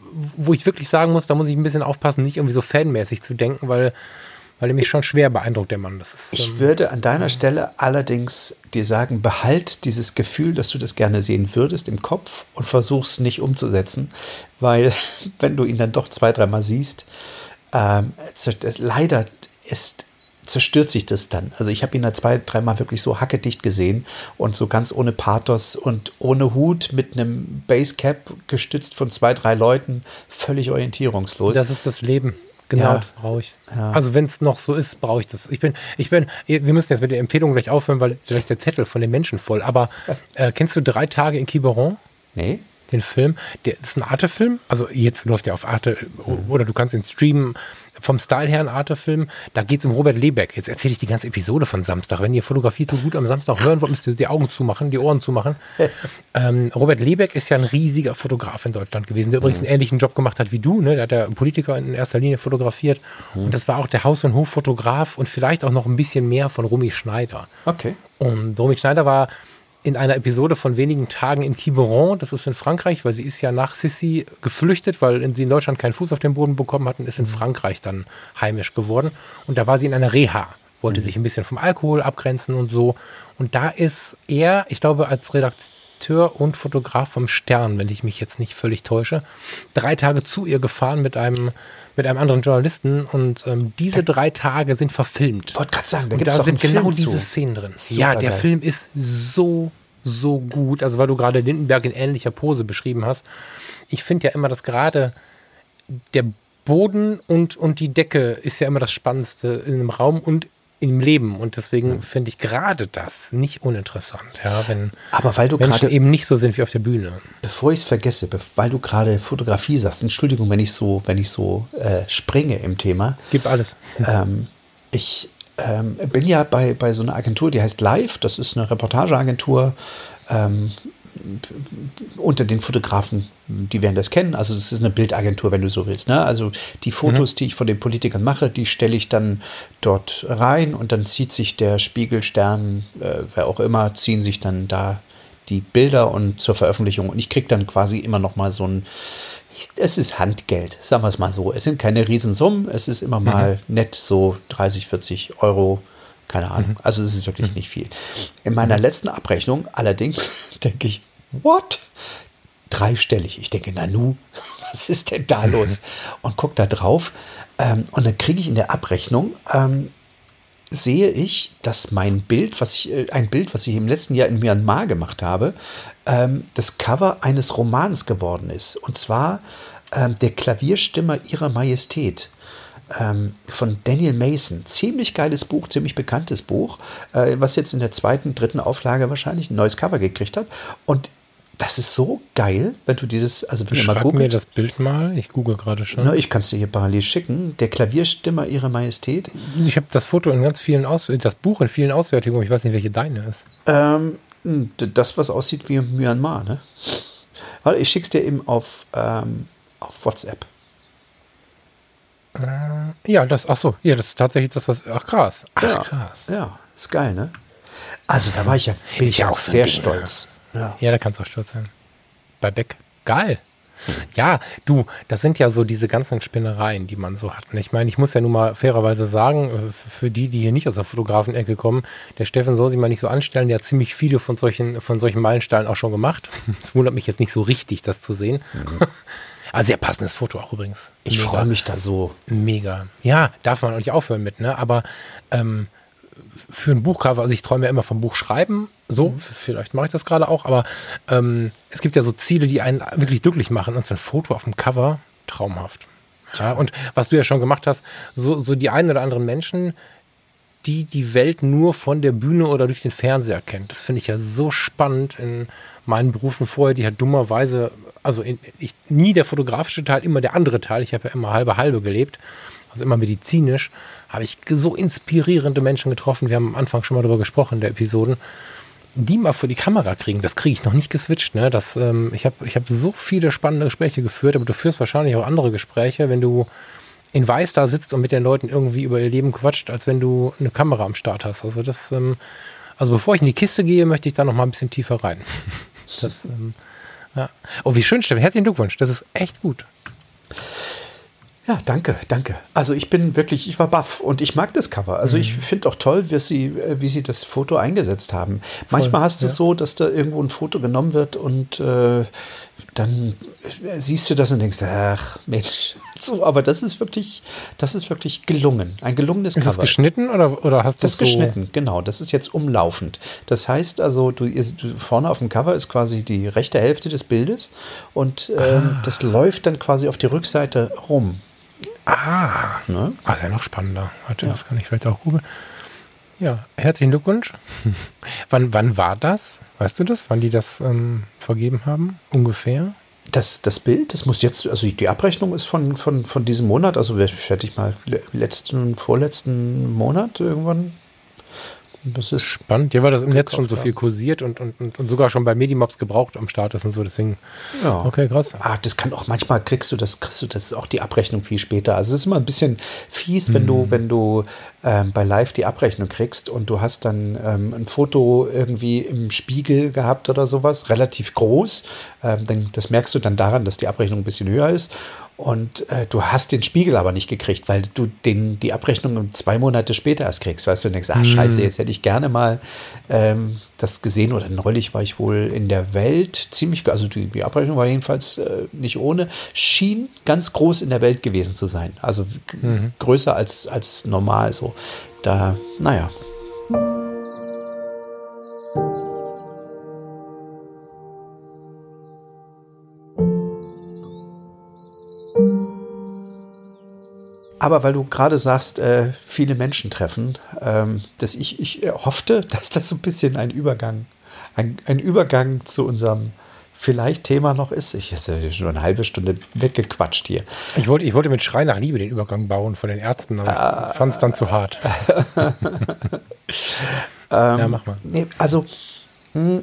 wo ich wirklich sagen muss, da muss ich ein bisschen aufpassen, nicht irgendwie so fanmäßig zu denken, weil, weil er mich schon schwer beeindruckt, der Mann. Das ist, ich ähm, würde an deiner ja. Stelle allerdings dir sagen, behalt dieses Gefühl, dass du das gerne sehen würdest, im Kopf und versuch's nicht umzusetzen, weil wenn du ihn dann doch zwei, dreimal siehst, ähm, leider ist zerstört sich das dann. Also ich habe ihn da zwei, dreimal wirklich so hackedicht gesehen und so ganz ohne Pathos und ohne Hut mit einem Basecap gestützt von zwei, drei Leuten, völlig orientierungslos. Das ist das Leben. Genau, ja. das brauche ich. Ja. Also wenn es noch so ist, brauche ich das. Ich bin, ich bin, wir müssen jetzt mit den Empfehlungen gleich aufhören, weil gleich der Zettel von den Menschen voll. Aber äh, kennst du drei Tage in Quiberon? Nee. Den Film, der ist ein Arte-Film, also jetzt läuft der auf Arte, oder du kannst ihn streamen, vom Style her ein Arte-Film, da geht es um Robert Lebeck. Jetzt erzähle ich die ganze Episode von Samstag. Wenn ihr Fotografie so gut am Samstag hören wollt, müsst ihr die Augen zumachen, die Ohren zumachen. ähm, Robert Lebeck ist ja ein riesiger Fotograf in Deutschland gewesen, der übrigens einen ähnlichen Job gemacht hat wie du, ne? Der hat ja Politiker in erster Linie fotografiert mhm. und das war auch der Haus- und Hoffotograf und vielleicht auch noch ein bisschen mehr von Romy Schneider. Okay. Und Romy Schneider war in einer Episode von wenigen Tagen in Quiberon, das ist in Frankreich, weil sie ist ja nach Sissi geflüchtet, weil sie in Deutschland keinen Fuß auf den Boden bekommen hat und ist in Frankreich dann heimisch geworden. Und da war sie in einer Reha, wollte mhm. sich ein bisschen vom Alkohol abgrenzen und so. Und da ist er, ich glaube, als Redakteur und Fotograf vom Stern, wenn ich mich jetzt nicht völlig täusche, drei Tage zu ihr gefahren mit einem mit einem anderen Journalisten und ähm, diese drei Tage sind verfilmt. Ich wollte gerade sagen, da, und gibt's da doch sind einen genau Film diese zu. Szenen drin. Super ja, der geil. Film ist so, so gut. Also weil du gerade Lindenberg in ähnlicher Pose beschrieben hast. Ich finde ja immer, dass gerade der Boden und, und die Decke ist ja immer das Spannendste in einem Raum und im Leben. Und deswegen finde ich gerade das nicht uninteressant. Ja, wenn Aber weil du Menschen grade, eben nicht so sind wie auf der Bühne. Bevor ich es vergesse, weil du gerade Fotografie sagst, Entschuldigung, wenn ich so, wenn ich so äh, springe im Thema. Gib alles. Ähm, ich ähm, bin ja bei, bei so einer Agentur, die heißt Live. Das ist eine Reportageagentur. Ähm, unter den Fotografen, die werden das kennen, also es ist eine Bildagentur, wenn du so willst, ne? Also die Fotos, mhm. die ich von den Politikern mache, die stelle ich dann dort rein und dann zieht sich der Spiegel, Stern, äh, wer auch immer, ziehen sich dann da die Bilder und zur Veröffentlichung und ich kriege dann quasi immer noch mal so ein, es ist Handgeld, sagen wir es mal so, es sind keine Riesensummen, es ist immer mal mhm. nett so dreißig, vierzig Euro. Keine Ahnung. Mhm. Also es ist wirklich mhm. nicht viel. In meiner mhm. letzten Abrechnung allerdings denke ich, what? Dreistellig. Ich denke, Nanu, was ist denn da los? Und gucke da drauf ähm, und dann kriege ich in der Abrechnung, ähm, sehe ich, dass mein Bild, was ich, äh, ein Bild, was ich im letzten Jahr in Myanmar gemacht habe, ähm, das Cover eines Romans geworden ist. Und zwar ähm, der Klavierstimmer Ihrer Majestät. Ähm, von Daniel Mason. Ziemlich geiles Buch, ziemlich bekanntes Buch, äh, was jetzt in der zweiten, dritten Auflage wahrscheinlich ein neues Cover gekriegt hat. Und das ist so geil, wenn du dir das, also wenn du mal googelt. Schreib mir das Bild mal, ich google gerade schon. Na, ich kann es dir hier parallel schicken. Der Klavierstimmer Ihrer Majestät. Ich habe das Foto in ganz vielen Aus das Buch in vielen Auswertungen, ich weiß nicht, welche deine ist. Ähm, das, was aussieht wie Myanmar, ne? Warte, ich schick's dir eben auf, ähm, auf WhatsApp. Ja, das, ach so, ja, das ist tatsächlich das, was, ach krass, ach ja, krass. Ja, ist geil, ne? Also da war ich ja, bin ich ja auch sehr stolz. Ja. ja, da kannst du auch stolz sein. Bei Beck, geil. Ja, du, das sind ja so diese ganzen Spinnereien, die man so hat. Und ich meine, ich muss ja nun mal fairerweise sagen, für die, die hier nicht aus der Fotografenecke kommen, der Steffen soll sich mal nicht so anstellen, der hat ziemlich viele von solchen, von solchen Meilensteinen auch schon gemacht. Es wundert mich jetzt nicht so richtig, das zu sehen. Mhm. Also sehr passendes Foto auch übrigens. Ich freue mich da so. Mega. Ja, darf man auch nicht aufhören mit, ne? Aber ähm, für ein Buchcover, also ich träume ja immer vom Buchschreiben, so, mhm. vielleicht mache ich das gerade auch, aber ähm, es gibt ja so Ziele, die einen wirklich glücklich machen und so ein Foto auf dem Cover, traumhaft. Ja, und was du ja schon gemacht hast, so, so die einen oder anderen Menschen, die die Welt nur von der Bühne oder durch den Fernseher kennt. Das finde ich ja so spannend in meinen Berufen vorher, die halt dummerweise, also in, ich, nie der fotografische Teil, immer der andere Teil. Ich habe ja immer halbe halbe gelebt, also immer medizinisch, habe ich so inspirierende Menschen getroffen. Wir haben am Anfang schon mal darüber gesprochen in der Episoden, die mal vor die Kamera kriegen. Das kriege ich noch nicht geswitcht. Ne? Das, ähm, ich habe ich hab so viele spannende Gespräche geführt, aber du führst wahrscheinlich auch andere Gespräche, wenn du in Weiß da sitzt und mit den Leuten irgendwie über ihr Leben quatscht, als wenn du eine Kamera am Start hast. Also das, ähm, also bevor ich in die Kiste gehe, möchte ich da noch mal ein bisschen tiefer rein. Das, ähm, ja. Oh, wie schön, Steffen. Herzlichen Glückwunsch. Das ist echt gut. Ja, danke, danke. Also ich bin wirklich, ich war baff und ich mag das Cover. Also mhm. ich finde auch toll, wie sie, wie sie das Foto eingesetzt haben. Voll, Manchmal hast du es ja. so, dass da irgendwo ein Foto genommen wird und äh, dann siehst du das und denkst, ach Mensch, so, aber das ist wirklich, das ist wirklich gelungen. Ein gelungenes ist Cover. Ist das geschnitten oder, oder hast du das? Das ist geschnitten, genau. Das ist jetzt umlaufend. Das heißt also, du, du vorne auf dem Cover ist quasi die rechte Hälfte des Bildes und ähm, ah. das läuft dann quasi auf die Rückseite rum. Ah, ne? Ah, ist ja noch spannender. Warte, ja. Das kann ich vielleicht auch googeln. Ja, herzlichen Glückwunsch. wann, wann war das? Weißt du das? Wann die das ähm, vergeben haben? Ungefähr? Das, das Bild, das muss jetzt, also die Abrechnung ist von, von, von diesem Monat, also schätze ich mal, letzten, vorletzten Monat irgendwann. Das ist spannend, ja, weil das im Netz schon so viel kursiert und, und, und, und sogar schon bei Medimobs gebraucht am Start ist und so, deswegen. Ja. Okay, krass. Ah, das kann auch manchmal kriegst du das, kriegst du das auch die Abrechnung viel später. Also es ist immer ein bisschen fies, wenn hm. du, wenn du ähm, bei Live die Abrechnung kriegst und du hast dann ähm, ein Foto irgendwie im Spiegel gehabt oder sowas, relativ groß. Ähm, dann, das merkst du dann daran, dass die Abrechnung ein bisschen höher ist. Und äh, du hast den Spiegel aber nicht gekriegt, weil du den, die Abrechnung zwei Monate später erst kriegst. Weißt du, und denkst, ah, scheiße, jetzt hätte ich gerne mal ähm, das gesehen. Oder neulich war ich wohl in der Welt ziemlich, also die, die Abrechnung war jedenfalls äh, nicht ohne, schien ganz groß in der Welt gewesen zu sein. Also mhm. größer als, als normal so. Da, naja. Aber weil du gerade sagst, äh, viele Menschen treffen, ähm, dass ich, ich hoffte, dass das so ein bisschen ein Übergang, ein, ein Übergang zu unserem vielleicht Thema noch ist. Ich habe schon eine halbe Stunde weggequatscht hier. Ich wollte, ich wollte mit Schrei nach Liebe den Übergang bauen von den Ärzten, aber ich fand es dann zu hart. ähm, ja, mach mal. Nee, also, mh,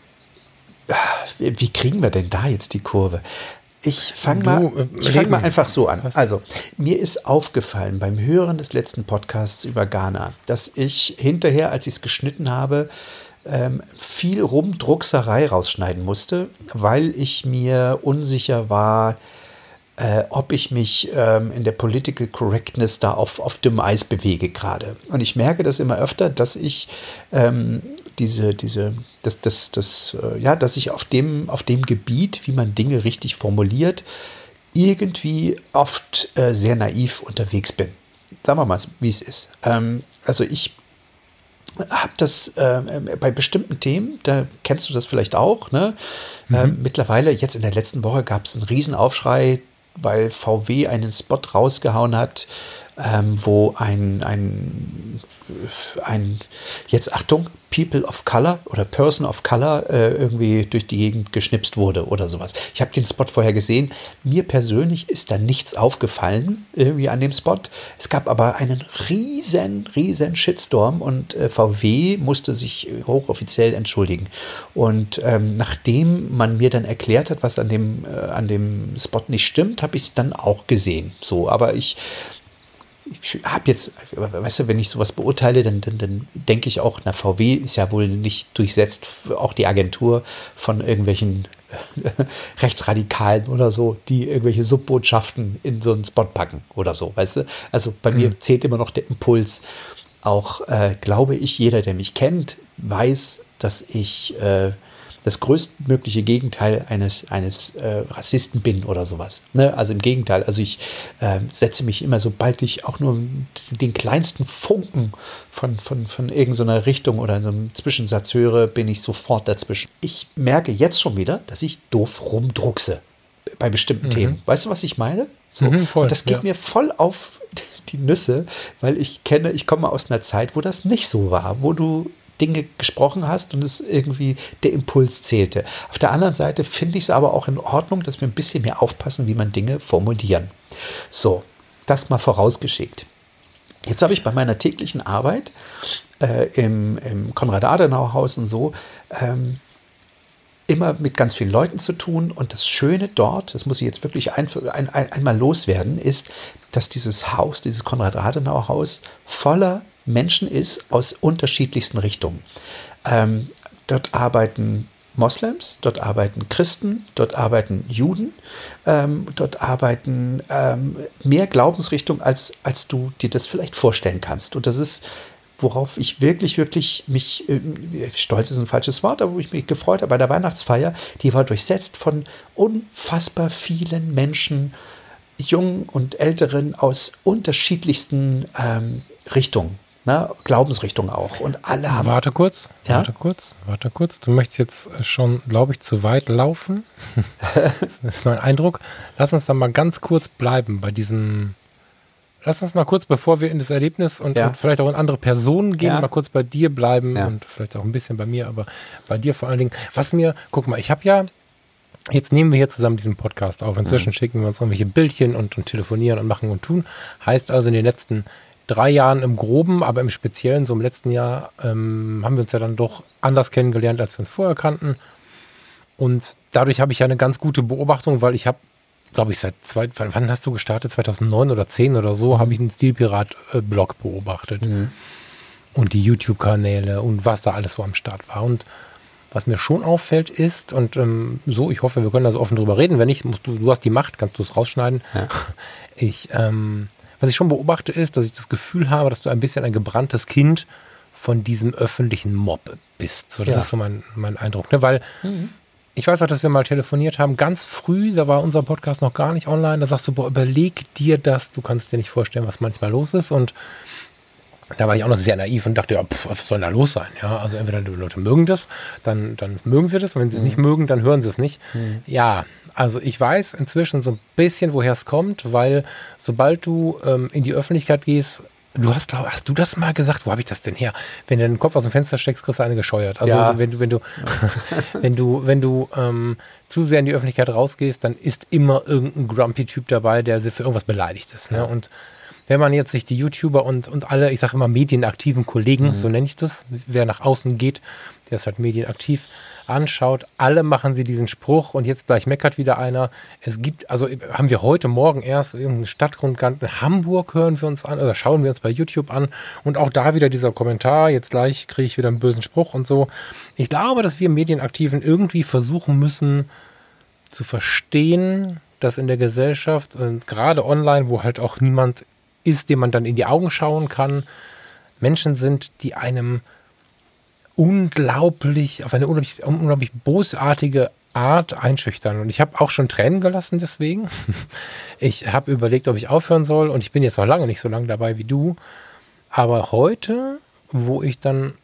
wie kriegen wir denn da jetzt die Kurve? Ich fange mal, ich fang mal einfach so an. Also, mir ist aufgefallen beim Hören des letzten Podcasts über Ghana, dass ich hinterher, als ich es geschnitten habe, ähm, viel Rumdruckserei rausschneiden musste, weil ich mir unsicher war, äh, ob ich mich ähm, in der Political Correctness da auf, auf dünnem Eis bewege gerade. Und ich merke das immer öfter, dass ich ähm, diese, diese, das, das, das, äh, ja, dass ich auf dem, auf dem Gebiet, wie man Dinge richtig formuliert, irgendwie oft äh, sehr naiv unterwegs bin. Sagen wir mal, wie es ist. Ähm, also ich habe das äh, bei bestimmten Themen, da kennst du das vielleicht auch, ne? Mhm. Ähm, mittlerweile, jetzt in der letzten Woche gab es einen Riesenaufschrei, weil V W einen Spot rausgehauen hat, ähm, wo ein, ein, ein, jetzt Achtung, People of Color oder Person of Color äh, irgendwie durch die Gegend geschnipst wurde oder sowas. Ich habe den Spot vorher gesehen. Mir persönlich ist da nichts aufgefallen irgendwie an dem Spot. Es gab aber einen riesen, riesen Shitstorm und äh, V W musste sich hochoffiziell entschuldigen. Und ähm, nachdem man mir dann erklärt hat, was an dem, äh, an dem Spot nicht stimmt, habe ich es dann auch gesehen. So, aber ich Ich habe jetzt, weißt du, wenn ich sowas beurteile, dann, dann, dann denke ich auch, na, V W ist ja wohl nicht durchsetzt, auch die Agentur von irgendwelchen Rechtsradikalen oder so, die irgendwelche Subbotschaften in so einen Spot packen oder so, weißt du? Also bei mhm. mir zählt immer noch der Impuls. Auch, äh, glaube ich, jeder, der mich kennt, weiß, dass ich äh, das größtmögliche Gegenteil eines, eines äh, Rassisten bin oder sowas. Ne? Also im Gegenteil, also ich äh, setze mich immer, sobald ich auch nur den kleinsten Funken von, von, von irgendeiner Richtung oder so einem Zwischensatz höre, bin ich sofort dazwischen. Ich merke jetzt schon wieder, dass ich doof rumdruckse bei bestimmten mhm. Themen. Weißt du, was ich meine? So. Mhm, voll, und das geht ja. mir voll auf die Nüsse, weil ich kenne, ich komme aus einer Zeit, wo das nicht so war, wo du Dinge gesprochen hast und es irgendwie der Impuls zählte. Auf der anderen Seite finde ich es aber auch in Ordnung, dass wir ein bisschen mehr aufpassen, wie man Dinge formulieren. So, das mal vorausgeschickt. Jetzt habe ich bei meiner täglichen Arbeit äh, im, im Konrad-Adenauer-Haus und so ähm, immer mit ganz vielen Leuten zu tun. Und das Schöne dort, das muss ich jetzt wirklich ein, ein, ein, einmal loswerden, ist, dass dieses Haus, dieses Konrad-Adenauer-Haus voller Menschen ist aus unterschiedlichsten Richtungen. Ähm, dort arbeiten Moslems, dort arbeiten Christen, dort arbeiten Juden, ähm, dort arbeiten ähm, mehr Glaubensrichtungen, als, als du dir das vielleicht vorstellen kannst. Und das ist, worauf ich wirklich, wirklich mich, äh, stolz ist ein falsches Wort, aber wo ich mich gefreut habe bei der Weihnachtsfeier, die war durchsetzt von unfassbar vielen Menschen, Jungen und Älteren aus unterschiedlichsten ähm, Richtungen. Na, Glaubensrichtung auch. Und alle haben. Warte kurz, ja? warte kurz, warte kurz. Du möchtest jetzt schon, glaube ich, zu weit laufen. Das ist mein Eindruck. Lass uns da mal ganz kurz bleiben bei diesem. Lass uns mal kurz, bevor wir in das Erlebnis und, ja. und vielleicht auch in andere Personen gehen, ja. mal kurz bei dir bleiben ja. und vielleicht auch ein bisschen bei mir, aber bei dir vor allen Dingen. Was mir, guck mal, ich habe ja. Jetzt nehmen wir hier zusammen diesen Podcast auf. Inzwischen mhm. schicken wir uns irgendwelche Bildchen und, und telefonieren und machen und tun. Heißt also, in den letzten drei Jahren im Groben, aber im Speziellen, so im letzten Jahr, ähm, haben wir uns ja dann doch anders kennengelernt, als wir uns vorher kannten. Und dadurch habe ich ja eine ganz gute Beobachtung, weil ich habe, glaube ich, seit zwei, wann hast du gestartet? zweitausendneun oder zehn oder so, mhm. habe ich einen Stilpirat-Blog beobachtet. Mhm. Und die YouTube-Kanäle und was da alles so am Start war. Und was mir schon auffällt ist, und ähm, so, ich hoffe, wir können da so offen drüber reden. Wenn nicht, musst du, du hast die Macht, kannst du es rausschneiden. Ja. Ich, ähm, was ich schon beobachte, ist, dass ich das Gefühl habe, dass du ein bisschen ein gebranntes Kind von diesem öffentlichen Mob bist. So, das ja. ist so mein, mein Eindruck. Ne? Weil mhm. ich weiß auch, dass wir mal telefoniert haben, ganz früh, da war unser Podcast noch gar nicht online. Da sagst du, boah, überleg dir das, du kannst dir nicht vorstellen, was manchmal los ist. Und da war ich auch noch sehr naiv und dachte, ja, pff, was soll da los sein? Ja, also entweder die Leute mögen das, dann, dann mögen sie das. Und wenn sie es mhm. nicht mögen, dann hören sie es nicht. Mhm. Ja, also ich weiß inzwischen so ein bisschen, woher es kommt, weil sobald du ähm, in die Öffentlichkeit gehst, du hast, glaub, hast du das mal gesagt? Wo habe ich das denn her? Wenn du den Kopf aus dem Fenster steckst, kriegst du eine gescheuert. Also ja. wenn du, wenn du, wenn du, wenn du ähm, zu sehr in die Öffentlichkeit rausgehst, dann ist immer irgendein grumpy-Typ dabei, der für irgendwas beleidigt ist. Ne? Ja. Und wenn man jetzt sich die YouTuber und, und alle, ich sage immer medienaktiven Kollegen, mhm. so nenne ich das, wer nach außen geht, der ist halt medienaktiv, anschaut, alle machen sie diesen Spruch und jetzt gleich meckert wieder einer. Es gibt, also haben wir heute Morgen erst irgendeinen Stadtrundgang in Hamburg, hören wir uns an, oder schauen wir uns bei YouTube an und auch da wieder dieser Kommentar, jetzt gleich kriege ich wieder einen bösen Spruch und so. Ich glaube, dass wir Medienaktiven irgendwie versuchen müssen zu verstehen, dass in der Gesellschaft und gerade online, wo halt auch niemand ist, dem man dann in die Augen schauen kann, Menschen sind, die einem unglaublich, auf eine unglaublich, unglaublich bosartige Art einschüchtern. Und ich habe auch schon Tränen gelassen deswegen. Ich habe überlegt, ob ich aufhören soll und ich bin jetzt noch lange nicht so lange dabei wie du. Aber heute, wo ich dann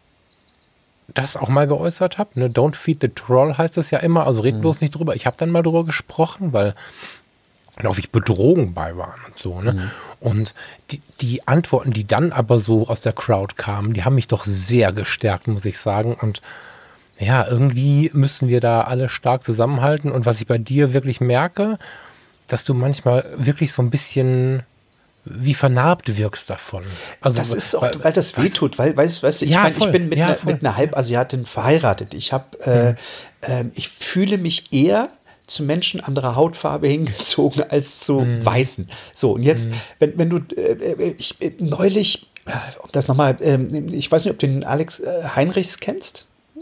das auch mal geäußert habe, ne, don't feed the troll heißt es ja immer, also red bloß nicht drüber. Ich habe dann mal drüber gesprochen, weil auch wie Bedrohungen bei waren und so. Ne? Mhm. Und die, die Antworten, die dann aber so aus der Crowd kamen, die haben mich doch sehr gestärkt, muss ich sagen. Und ja, irgendwie müssen wir da alle stark zusammenhalten. Und was ich bei dir wirklich merke, dass du manchmal wirklich so ein bisschen wie vernarbt wirkst davon. Also, das ist auch, weil, weil das wehtut, weil, weißt du, weißt, ich, ja, mein, ich bin mit, ja, einer, mit einer Halbasiatin verheiratet. Ich habe, äh, äh, ich fühle mich eher zu Menschen anderer Hautfarbe hingezogen als zu mm. Weißen. So, und jetzt, mm. wenn, wenn du, äh, ich, äh, neulich, äh, um das nochmal, äh, ich weiß nicht, ob du den Alex äh, Heinrichs kennst?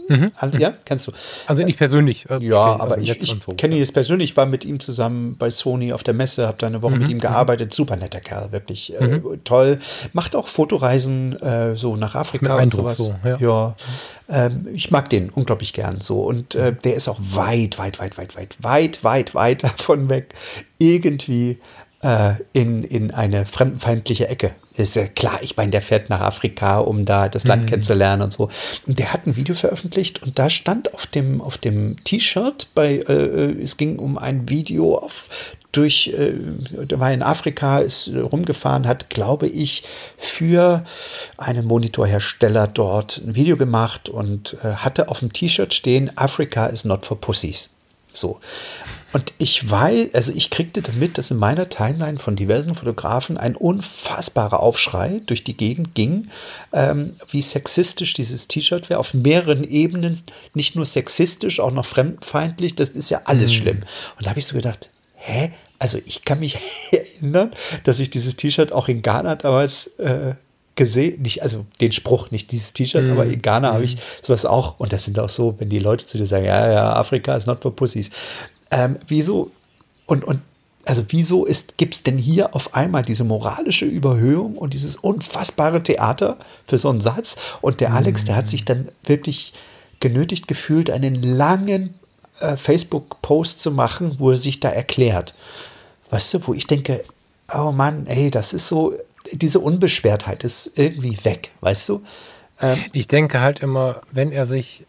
Mhm. Ja, kennst du. Also nicht persönlich. Äh, ja, aber ich, ich so. kenne ihn jetzt persönlich, war mit ihm zusammen bei Sony auf der Messe, habe da eine Woche mhm. mit ihm gearbeitet. Super netter Kerl, wirklich äh, mhm. toll. Macht auch Fotoreisen äh, so nach Afrika und sowas. So, ja. ja. Ähm, ich mag den unglaublich gern so. Und äh, der ist auch weit, weit, weit, weit, weit, weit, weit, weit davon weg, irgendwie In, in eine fremdenfeindliche Ecke. Ist ja klar, ich meine, der fährt nach Afrika, um da das Land mhm. kennenzulernen und so. Und der hat ein Video veröffentlicht und da stand auf dem, auf dem T-Shirt, bei, äh, es ging um ein Video auf, durch, äh, der war in Afrika, ist rumgefahren, hat, glaube ich, für einen Monitorhersteller dort ein Video gemacht und äh, hatte auf dem T-Shirt stehen, Africa is not for pussies. So. Und ich weiß, also ich kriegte damit, dass in meiner Timeline von diversen Fotografen ein unfassbarer Aufschrei durch die Gegend ging, ähm, wie sexistisch dieses T-Shirt wäre, auf mehreren Ebenen, nicht nur sexistisch, auch noch fremdenfeindlich, das ist ja alles mhm. schlimm. Und da habe ich so gedacht, hä? Also ich kann mich erinnern, dass ich dieses T-Shirt auch in Ghana damals äh, gesehen, nicht, also den Spruch, nicht dieses T-Shirt, mm. aber in Ghana mm. habe ich sowas auch, und das sind auch so, wenn die Leute zu dir sagen, ja, ja, Afrika ist not for pussies. Ähm, wieso, und, und, also wieso gibt es denn hier auf einmal diese moralische Überhöhung und dieses unfassbare Theater für so einen Satz? Und der mm. Alex, der hat sich dann wirklich genötigt gefühlt, einen langen äh, Facebook-Post zu machen, wo er sich da erklärt. Weißt du, wo ich denke, oh Mann, ey, das ist so, diese Unbeschwertheit ist irgendwie weg, weißt du? Ähm, ich denke halt immer, wenn er sich,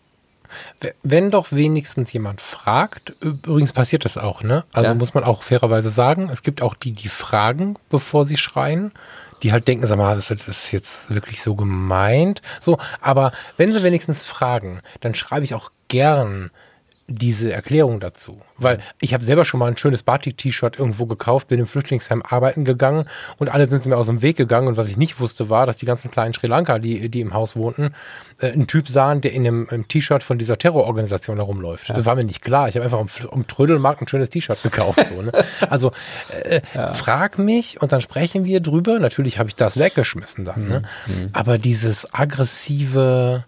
wenn doch wenigstens jemand fragt, übrigens passiert das auch, ne? Also ja. muss man auch fairerweise sagen, es gibt auch die, die fragen, bevor sie schreien, die halt denken, sag mal, das ist jetzt wirklich so gemeint. So, aber wenn sie wenigstens fragen, dann schreibe ich auch gern diese Erklärung dazu. Weil ich habe selber schon mal ein schönes Batik-T-Shirt irgendwo gekauft, bin im Flüchtlingsheim arbeiten gegangen und alle sind mir aus dem Weg gegangen, und was ich nicht wusste war, dass die ganzen kleinen Sri Lanka, die, die im Haus wohnten, äh, einen Typ sahen, der in einem, einem T-Shirt von dieser Terrororganisation herumläuft. Ja. Das war mir nicht klar. Ich habe einfach am, am Trödelmarkt ein schönes T-Shirt gekauft. So, ne? Also äh, ja. frag mich und dann sprechen wir drüber. Natürlich habe ich das weggeschmissen dann. Ne? Mhm. Aber dieses aggressive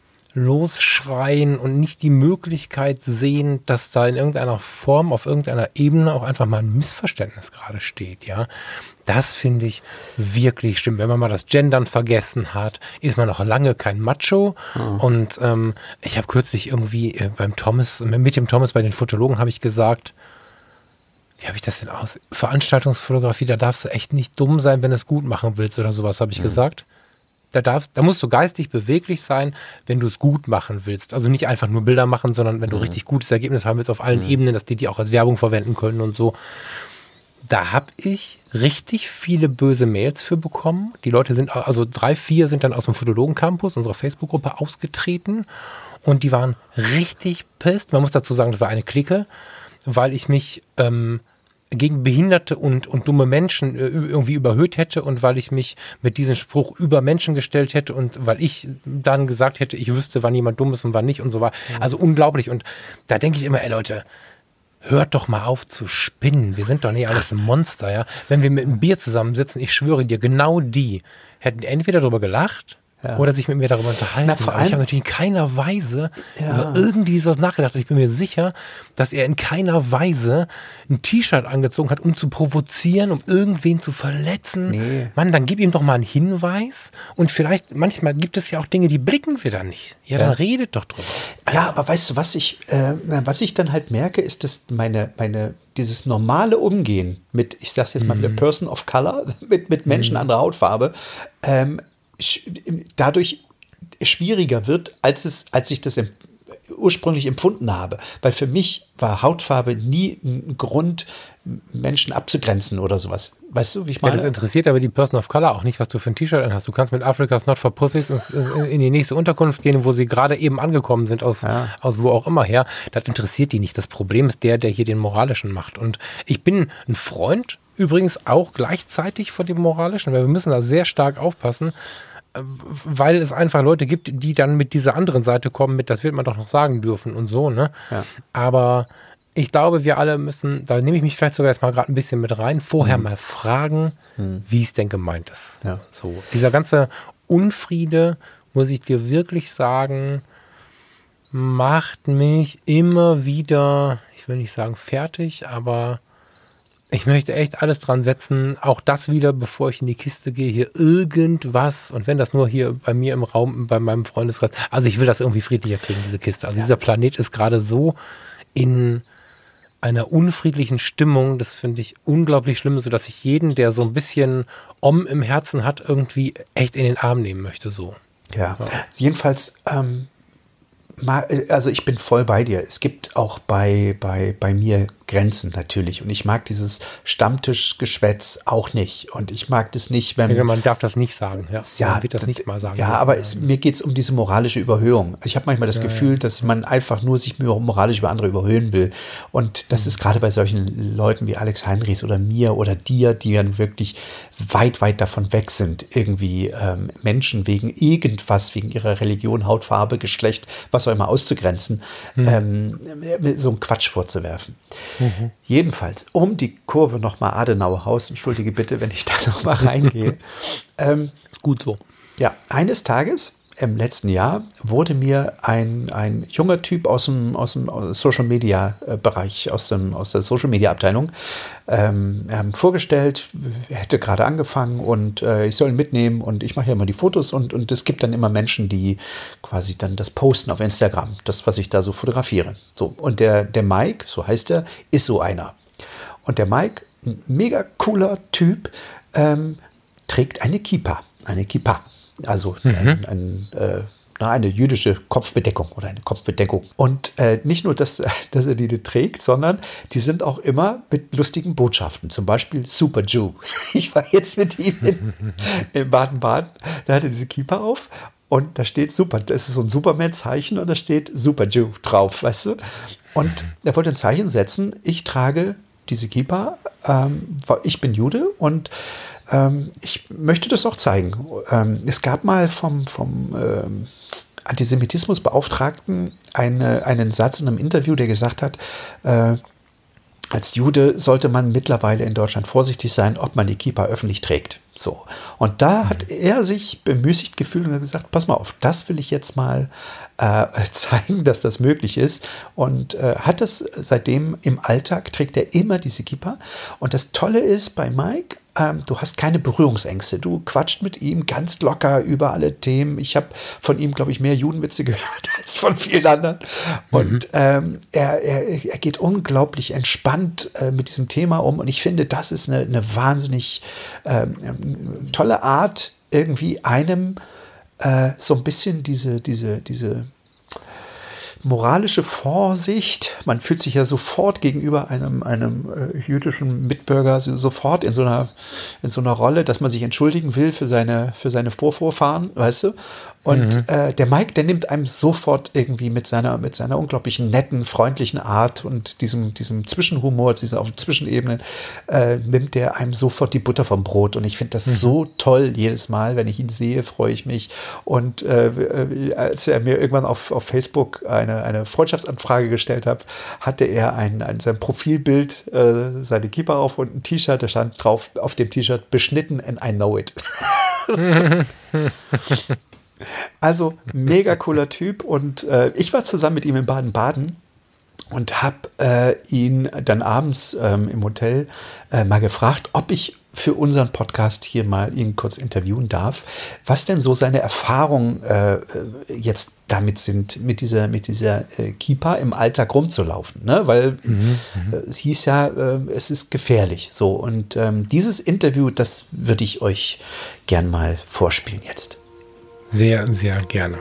Losschreien und nicht die Möglichkeit sehen, dass da in irgendeiner Form, auf irgendeiner Ebene auch einfach mal ein Missverständnis gerade steht, ja. Das finde ich wirklich schlimm. Wenn man mal das Gendern vergessen hat, ist man noch lange kein Macho. Mhm. Und ähm, ich habe kürzlich irgendwie äh, beim Thomas, mit dem Thomas bei den Fotologen habe ich gesagt, wie habe ich das denn aus? Veranstaltungsfotografie, da darfst du echt nicht dumm sein, wenn du es gut machen willst oder sowas, habe ich mhm. gesagt. Da, darf, da musst du geistig beweglich sein, wenn du es gut machen willst. Also nicht einfach nur Bilder machen, sondern wenn du mhm. richtig gutes Ergebnis haben willst auf allen mhm. Ebenen, dass die die auch als Werbung verwenden können und so. Da habe ich richtig viele böse Mails für bekommen. Die Leute sind, also drei, vier sind dann aus dem Fotologen-Campus, unserer Facebook-Gruppe, ausgetreten. Und die waren richtig pissed. Man muss dazu sagen, das war eine Clique, weil ich mich ähm, gegen behinderte und, und dumme Menschen äh, irgendwie überhöht hätte und weil ich mich mit diesem Spruch über Menschen gestellt hätte und weil ich dann gesagt hätte, ich wüsste, wann jemand dumm ist und wann nicht und so war. Also unglaublich. Und da denke ich immer, ey Leute, hört doch mal auf zu spinnen. Wir sind doch nicht alles Monster, ja. Wenn wir mit einem Bier zusammensitzen, ich schwöre dir, genau die hätten entweder darüber gelacht, ja, oder sich mit mir darüber unterhalten. Na, vor allem, ich habe natürlich in keiner Weise ja. über irgendwie sowas nachgedacht. Und ich bin mir sicher, dass er in keiner Weise ein T-Shirt angezogen hat, um zu provozieren, um irgendwen zu verletzen. Nee. Mann, dann gib ihm doch mal einen Hinweis. Und vielleicht, manchmal gibt es ja auch Dinge, die blicken wir dann nicht. Ja, ja. dann redet doch drüber. Ja, aber weißt du, was ich, äh, was ich dann halt merke, ist, dass meine, meine, dieses normale Umgehen mit, ich sag's jetzt mal, mhm. der Person of Color, mit, mit Menschen mhm. anderer Hautfarbe, ähm, dadurch schwieriger wird, als es, als ich das ursprünglich empfunden habe. Weil für mich war Hautfarbe nie ein Grund, Menschen abzugrenzen oder sowas. Weißt du, wie ich meine? Ja, das interessiert aber die Person of Color auch nicht, was du für ein T-Shirt anhast. Du kannst mit Africa's Not for Pussies in die nächste Unterkunft gehen, wo sie gerade eben angekommen sind, aus, ja. aus wo auch immer her. Das interessiert die nicht. Das Problem ist der, der hier den Moralischen macht. Und ich bin ein Freund, übrigens auch gleichzeitig von dem Moralischen, weil wir müssen da sehr stark aufpassen, weil es einfach Leute gibt, die dann mit dieser anderen Seite kommen, mit, das wird man doch noch sagen dürfen und so, ne? Ja. Aber ich glaube, wir alle müssen, da nehme ich mich vielleicht sogar jetzt mal gerade ein bisschen mit rein, vorher mhm. mal fragen, mhm. wie es denn gemeint ist. Ja. So, dieser ganze Unfriede, muss ich dir wirklich sagen, macht mich immer wieder, ich will nicht sagen fertig, aber ich möchte echt alles dran setzen, auch das wieder, bevor ich in die Kiste gehe, hier irgendwas, und wenn das nur hier bei mir im Raum, bei meinem Freundeskreis, also ich will das irgendwie friedlicher kriegen, diese Kiste. Also ja. Dieser Planet ist gerade so in einer unfriedlichen Stimmung, das finde ich unglaublich schlimm, sodass ich jeden, der so ein bisschen Om im Herzen hat, irgendwie echt in den Arm nehmen möchte, so. Ja, ja. Jedenfalls, ähm, also ich bin voll bei dir. Es gibt auch bei, bei, bei mir Grenzen natürlich. Und ich mag dieses Stammtischgeschwätz auch nicht. Und ich mag das nicht, wenn... Denke, man darf das nicht sagen. Ja, ja man wird das nicht mal sagen. Ja, aber es, mir geht es um diese moralische Überhöhung. Ich habe manchmal das ja, Gefühl, ja. dass man einfach nur sich moralisch über andere überhöhen will. Und das mhm. ist gerade bei solchen Leuten wie Alex Heinrichs oder mir oder dir, die dann wirklich weit, weit davon weg sind, irgendwie ähm, Menschen wegen irgendwas, wegen ihrer Religion, Hautfarbe, Geschlecht, was auch immer auszugrenzen, mhm. ähm, so einen Quatsch vorzuwerfen. Mhm. Jedenfalls, um die Kurve nochmal Adenauer Haus, entschuldige bitte, wenn ich da nochmal reingehe. ähm, ist gut so. Ja, eines Tages im letzten Jahr wurde mir ein, ein junger Typ aus dem, aus dem Social-Media-Bereich, aus, dem, aus der Social-Media-Abteilung ähm, vorgestellt. Er hätte gerade angefangen und äh, ich soll ihn mitnehmen und ich mache ja immer die Fotos und, und es gibt dann immer Menschen, die quasi dann das posten auf Instagram, das, was ich da so fotografiere. So, und der, der Mike, so heißt er, ist so einer. Und der Mike, ein mega cooler Typ, ähm, trägt eine Kippa, eine Kippa. Also mhm. ein, ein, äh, eine jüdische Kopfbedeckung oder eine Kopfbedeckung. Und äh, nicht nur, dass, dass er die trägt, sondern die sind auch immer mit lustigen Botschaften. Zum Beispiel Super Jew. Ich war jetzt mit ihm in, in Baden-Baden, da hat er diese Kippa auf und da steht Super, das ist so ein Superman-Zeichen und da steht Super Jew drauf, weißt du? Und er wollte ein Zeichen setzen, ich trage diese Kippa, ähm, ich bin Jude und ich möchte das auch zeigen. Es gab mal vom, vom ähm, Antisemitismusbeauftragten eine, einen Satz in einem Interview, der gesagt hat, äh, als Jude sollte man mittlerweile in Deutschland vorsichtig sein, ob man die Kippa öffentlich trägt. So. Und da hat er sich bemüßigt gefühlt und hat gesagt, pass mal auf, das will ich jetzt mal äh, zeigen, dass das möglich ist. Und äh, hat das seitdem im Alltag, trägt er immer diese Kippa. Und das Tolle ist bei Mike, ähm, du hast keine Berührungsängste. Du quatscht mit ihm ganz locker über alle Themen. Ich habe von ihm, glaube ich, mehr Judenwitze gehört als von vielen anderen. Und mhm. ähm, er, er, er geht unglaublich entspannt äh, mit diesem Thema um. Und ich finde, das ist eine, eine wahnsinnig ähm, tolle Art, irgendwie einem äh, so ein bisschen diese, diese, diese moralische Vorsicht, man fühlt sich ja sofort gegenüber einem, einem äh, jüdischen Mitbürger so, sofort in so einer, in so einer Rolle, dass man sich entschuldigen will für seine, für seine Vorvorfahren, weißt du? Und mhm. äh, der Mike, der nimmt einem sofort irgendwie mit seiner, mit seiner unglaublichen netten, freundlichen Art und diesem, diesem Zwischenhumor, dieser auf Zwischenebenen, äh, nimmt der einem sofort die Butter vom Brot. Und ich finde das mhm. so toll jedes Mal, wenn ich ihn sehe, freue ich mich. Und äh, als er mir irgendwann auf, auf Facebook eine, eine Freundschaftsanfrage gestellt hat, hatte er ein, ein, sein Profilbild, äh, seine Kippa auf und ein T-Shirt, da stand drauf auf dem T-Shirt beschnitten and I know it. Also mega cooler Typ und äh, ich war zusammen mit ihm in Baden-Baden und habe äh, ihn dann abends ähm, im Hotel äh, mal gefragt, ob ich für unseren Podcast hier mal ihn kurz interviewen darf, was denn so seine Erfahrungen äh, jetzt damit sind, mit dieser, mit dieser äh, Kippa im Alltag rumzulaufen, ne? Weil mhm, äh, es hieß ja, äh, es ist gefährlich. So, und ähm, dieses Interview, das würde ich euch gern mal vorspielen jetzt. Sehr, sehr gerne.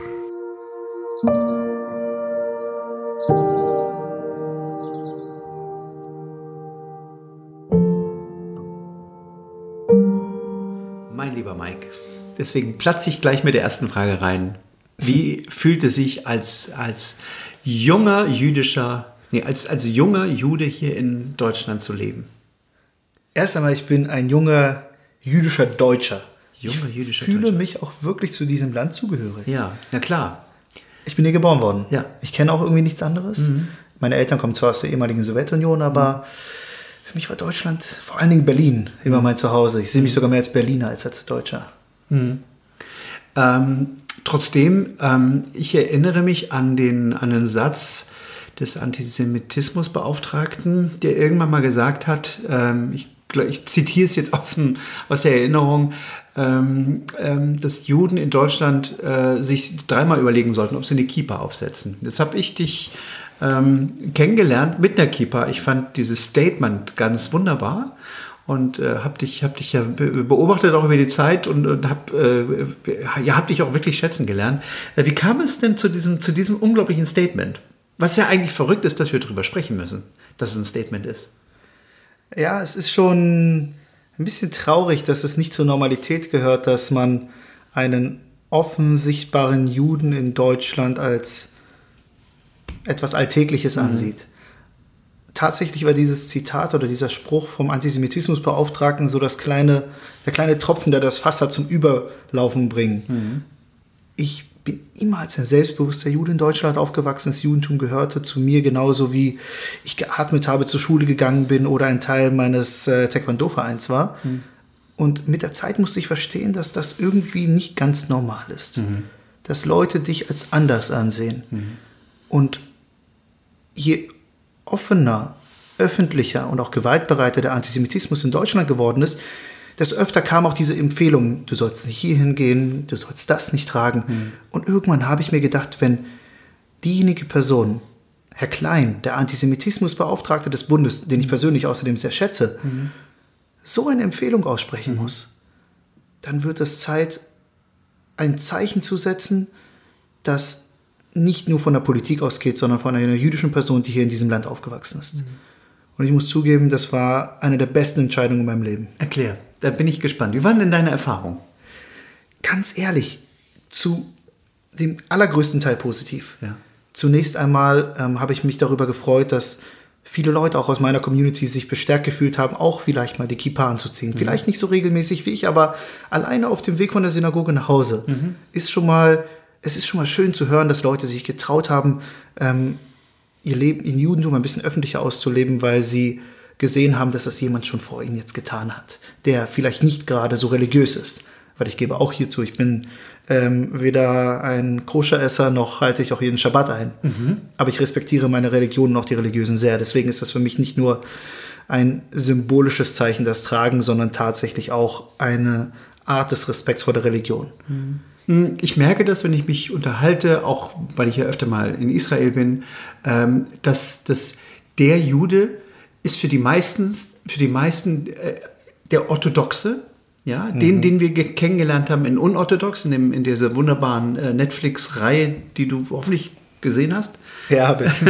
Mein lieber Mike, deswegen platze ich gleich mit der ersten Frage rein. Wie fühlt es sich als, als junger jüdischer, nee, als, als junger Jude hier in Deutschland zu leben? Erst einmal, ich bin ein junger jüdischer Deutscher. Junger ich jüdischer fühle Deutscher. mich auch wirklich zu diesem Land zugehörig. Ja, na klar. Ich bin hier geboren worden. Ja. Ich kenne auch irgendwie nichts anderes. Mhm. Meine Eltern kommen zwar aus der ehemaligen Sowjetunion, aber mhm. für mich war Deutschland, vor allen Dingen Berlin, immer mein Zuhause. Ich sehe mich sogar mehr als Berliner als als Deutscher. Mhm. Ähm, Trotzdem, ähm, ich erinnere mich an den, an den Satz des Antisemitismusbeauftragten, der irgendwann mal gesagt hat, ähm, ich, ich zitiere es jetzt aus, dem, aus der Erinnerung, ähm, ähm, dass Juden in Deutschland äh, sich dreimal überlegen sollten, ob sie eine Kippa aufsetzen. Jetzt habe ich dich ähm, kennengelernt mit einer Kippa. Ich fand dieses Statement ganz wunderbar. Und äh, hab dich, hab dich ja beobachtet auch über die Zeit und, und hab, äh, ja, hab dich auch wirklich schätzen gelernt. Äh, wie kam es denn zu diesem, zu diesem unglaublichen Statement? Was ja eigentlich verrückt ist, dass wir darüber sprechen müssen, dass es ein Statement ist. Ja, es ist schon ein bisschen traurig, dass es nicht zur Normalität gehört, dass man einen offen sichtbaren Juden in Deutschland als etwas Alltägliches mhm. ansieht. Tatsächlich war dieses Zitat oder dieser Spruch vom Antisemitismusbeauftragten so das kleine, der kleine Tropfen, der das Fass hat zum Überlaufen bringen. Mhm. Ich bin immer als ein selbstbewusster Jude in Deutschland aufgewachsen. Das Judentum gehörte zu mir genauso wie ich geatmet habe, zur Schule gegangen bin oder ein Teil meines äh, Taekwondo-Vereins war. Mhm. Und mit der Zeit musste ich verstehen, dass das irgendwie nicht ganz normal ist. Mhm. Dass Leute dich als anders ansehen. Mhm. Und je offener, öffentlicher und auch gewaltbereiter der Antisemitismus in Deutschland geworden ist, desto öfter kam auch diese Empfehlung, du sollst nicht hier hingehen, du sollst das nicht tragen. Mhm. Und irgendwann habe ich mir gedacht, wenn diejenige Person, Herr Klein, der Antisemitismusbeauftragte des Bundes, den ich persönlich außerdem sehr schätze, mhm. so eine Empfehlung aussprechen mhm. muss, dann wird es Zeit, ein Zeichen zu setzen, das nicht nur von der Politik ausgeht, sondern von einer jüdischen Person, die hier in diesem Land aufgewachsen ist. Mhm. Und ich muss zugeben, das war eine der besten Entscheidungen in meinem Leben. Erklär, da bin ich gespannt. Wie waren denn deine Erfahrungen? Ganz ehrlich, zu dem allergrößten Teil positiv. Ja. Zunächst einmal ähm, habe ich mich darüber gefreut, dass viele Leute auch aus meiner Community sich bestärkt gefühlt haben, auch vielleicht mal die Kippa anzuziehen. Mhm. Vielleicht nicht so regelmäßig wie ich, aber alleine auf dem Weg von der Synagoge nach Hause mhm. ist schon mal Es ist schon mal schön zu hören, dass Leute sich getraut haben, ähm, ihr Leben in Judentum ein bisschen öffentlicher auszuleben, weil sie gesehen haben, dass das jemand schon vor ihnen jetzt getan hat, der vielleicht nicht gerade so religiös ist. Weil ich gebe auch hierzu, ich bin ähm, weder ein Koscher-Esser, noch halte ich auch jeden Schabbat ein. Mhm. Aber ich respektiere meine Religion und auch die Religiösen sehr. Deswegen ist das für mich nicht nur ein symbolisches Zeichen, das Tragen, sondern tatsächlich auch eine Art des Respekts vor der Religion. Mhm. Ich merke das, wenn ich mich unterhalte, auch weil ich ja öfter mal in Israel bin, dass, dass der Jude ist für die meisten, für die meisten der Orthodoxe, ja, mhm. den, den wir kennengelernt haben in Unorthodox, in, dem, in dieser wunderbaren Netflix-Reihe, die du hoffentlich gesehen hast. Ja, habe ich.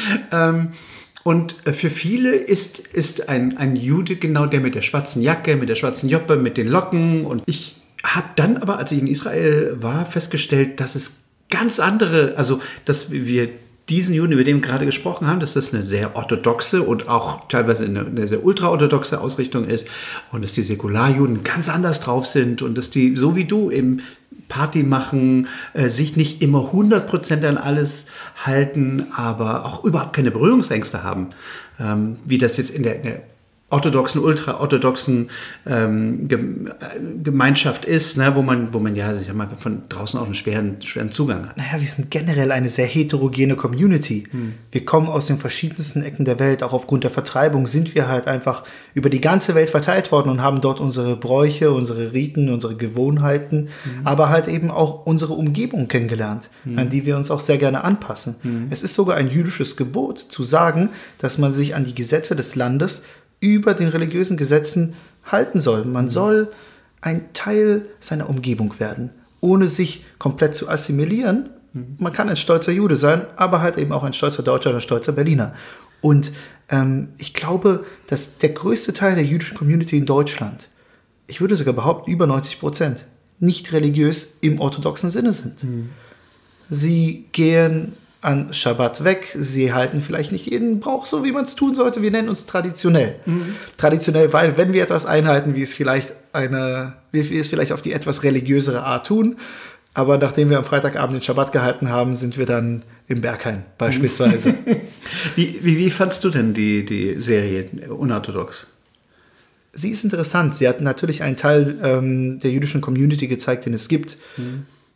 Und für viele ist, ist ein, ein Jude genau der mit der schwarzen Jacke, mit der schwarzen Joppe, mit den Locken. Und ich habe dann aber, als ich in Israel war, festgestellt, dass es ganz andere, also dass wir diesen Juden, über den wir gerade gesprochen haben, dass das eine sehr orthodoxe und auch teilweise eine, eine sehr ultraorthodoxe Ausrichtung ist und dass die Säkularjuden ganz anders drauf sind und dass die, so wie du, im Party machen, äh, sich nicht immer hundert Prozent an alles halten, aber auch überhaupt keine Berührungsängste haben, ähm, wie das jetzt in der, in der orthodoxen, ultraorthodoxen ähm, Gemeinschaft ist, ne, wo man, wo man ja, ich sag mal, von draußen auch einen schweren, schweren Zugang hat. Naja, wir sind generell eine sehr heterogene Community. Hm. Wir kommen aus den verschiedensten Ecken der Welt. Auch aufgrund der Vertreibung sind wir halt einfach über die ganze Welt verteilt worden und haben dort unsere Bräuche, unsere Riten, unsere Gewohnheiten, hm. aber halt eben auch unsere Umgebung kennengelernt, hm. an die wir uns auch sehr gerne anpassen. Hm. Es ist sogar ein jüdisches Gebot zu sagen, dass man sich an die Gesetze des Landes über den religiösen Gesetzen halten soll. Man mhm. soll ein Teil seiner Umgebung werden, ohne sich komplett zu assimilieren. Mhm. Man kann ein stolzer Jude sein, aber halt eben auch ein stolzer Deutscher oder ein stolzer Berliner. Und ähm, ich glaube, dass der größte Teil der jüdischen Community in Deutschland, ich würde sogar behaupten, über neunzig Prozent, nicht religiös im orthodoxen Sinne sind. Mhm. Sie gehen an Schabbat weg. Sie halten vielleicht nicht jeden Brauch so, wie man es tun sollte. Wir nennen uns traditionell. Mhm. Traditionell, weil wenn wir etwas einhalten, wie es vielleicht eine, wie wir es vielleicht auf die etwas religiösere Art tun, aber nachdem wir am Freitagabend den Schabbat gehalten haben, sind wir dann im Berghain beispielsweise. wie, wie, wie fandst du denn die, die Serie Unorthodox? Sie ist interessant. Sie hat natürlich einen Teil ähm, der jüdischen Community gezeigt, den es gibt. Mhm.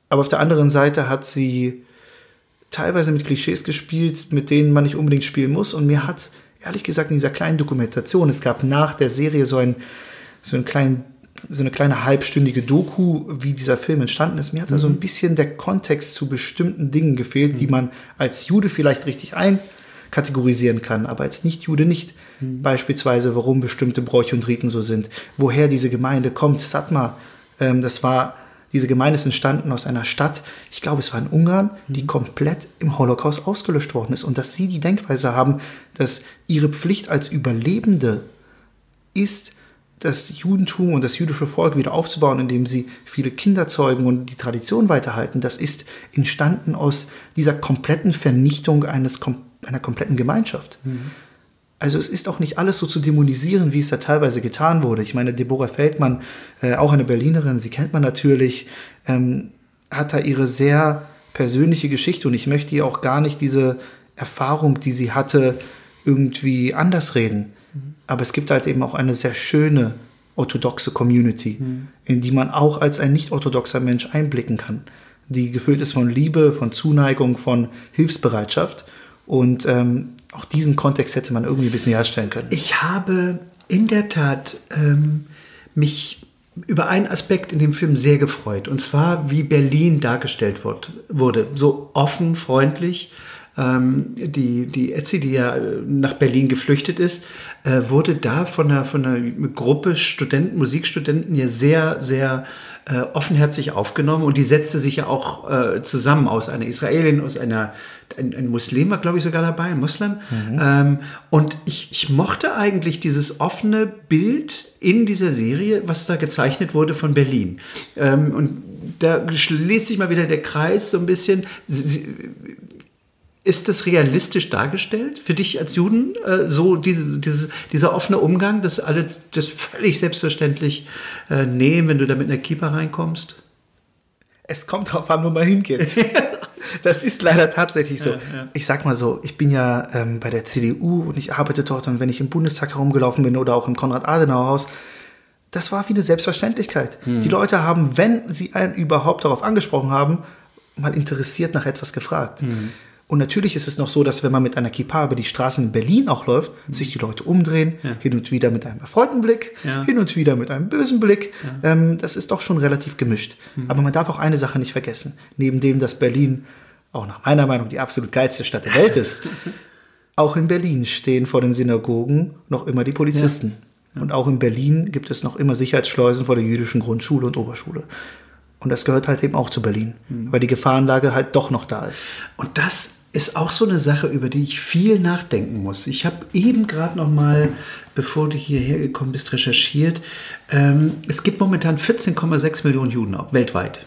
Aber auf der anderen Seite hat sie teilweise mit Klischees gespielt, mit denen man nicht unbedingt spielen muss. Und mir hat, ehrlich gesagt, in dieser kleinen Dokumentation, es gab nach der Serie so, ein, so, einen kleinen, so eine kleine halbstündige Doku, wie dieser Film entstanden ist. Mir hat mhm. da so ein bisschen der Kontext zu bestimmten Dingen gefehlt, mhm. die man als Jude vielleicht richtig einkategorisieren kann, aber als Nicht-Jude nicht. Mhm. Beispielsweise, warum bestimmte Bräuche und Riten so sind, woher diese Gemeinde kommt. Satmar, ähm, das war... Diese Gemeinde ist entstanden aus einer Stadt, ich glaube, es war in Ungarn, die komplett im Holocaust ausgelöscht worden ist. Und dass sie die Denkweise haben, dass ihre Pflicht als Überlebende ist, das Judentum und das jüdische Volk wieder aufzubauen, indem sie viele Kinder zeugen und die Tradition weiterhalten, das ist entstanden aus dieser kompletten Vernichtung eines, einer kompletten Gemeinschaft. Mhm. Also es ist auch nicht alles so zu dämonisieren, wie es da teilweise getan wurde. Ich meine, Deborah Feldmann, äh, auch eine Berlinerin, sie kennt man natürlich, ähm, hat da ihre sehr persönliche Geschichte und ich möchte ihr auch gar nicht diese Erfahrung, die sie hatte, irgendwie anders reden. Mhm. Aber es gibt halt eben auch eine sehr schöne orthodoxe Community, mhm. in die man auch als ein nicht-orthodoxer Mensch einblicken kann, die gefüllt ist von Liebe, von Zuneigung, von Hilfsbereitschaft und ähm, auch diesen Kontext hätte man irgendwie ein bisschen herstellen können. Ich habe in der Tat ähm, mich über einen Aspekt in dem Film sehr gefreut. Und zwar, wie Berlin dargestellt wird, wurde. So offen, freundlich. Ähm, die, die Etzi, die ja nach Berlin geflüchtet ist, äh, wurde da von einer, von einer Gruppe Studenten, Musikstudenten ja sehr, sehr äh, offenherzig aufgenommen. Und die setzte sich ja auch äh, zusammen aus einer Israelin, aus einer Ein, ein Muslim war, glaube ich, sogar dabei, ein Muslim. Mhm. Ähm, und ich, ich mochte eigentlich dieses offene Bild in dieser Serie, was da gezeichnet wurde von Berlin. Ähm, und da schließt sich mal wieder der Kreis so ein bisschen. Sie, ist das realistisch dargestellt für dich als Juden? Äh, so diese, diese, dieser offene Umgang, dass alle das völlig selbstverständlich äh, nehmen, wenn du da mit einer Kippa reinkommst? Es kommt drauf an, wo man hingeht. Das ist leider tatsächlich so. Ja, ja. Ich sag mal so, ich bin ja ähm, bei der C D U und ich arbeite dort und wenn ich im Bundestag herumgelaufen bin oder auch im Konrad-Adenauer-Haus, das war wie eine Selbstverständlichkeit. Hm. Die Leute haben, wenn sie einen überhaupt darauf angesprochen haben, mal interessiert nach etwas gefragt. Hm. Und natürlich ist es noch so, dass wenn man mit einer Kippa über die Straßen in Berlin auch läuft, mhm. sich die Leute umdrehen, ja. hin und wieder mit einem erfreuten Blick, ja. hin und wieder mit einem bösen Blick. Ja. Ähm, das ist doch schon relativ gemischt. Mhm. Aber man darf auch eine Sache nicht vergessen. Neben dem, dass Berlin auch nach meiner Meinung die absolut geilste Stadt der Welt ist, auch in Berlin stehen vor den Synagogen noch immer die Polizisten. Ja. Ja. Und auch in Berlin gibt es noch immer Sicherheitsschleusen vor der jüdischen Grundschule und Oberschule. Und das gehört halt eben auch zu Berlin, mhm. weil die Gefahrenlage halt doch noch da ist. Und das ist auch so eine Sache, über die ich viel nachdenken muss. Ich habe eben gerade noch mal, bevor du hierher gekommen bist, recherchiert. Ähm, es gibt momentan vierzehn Komma sechs Millionen Juden weltweit.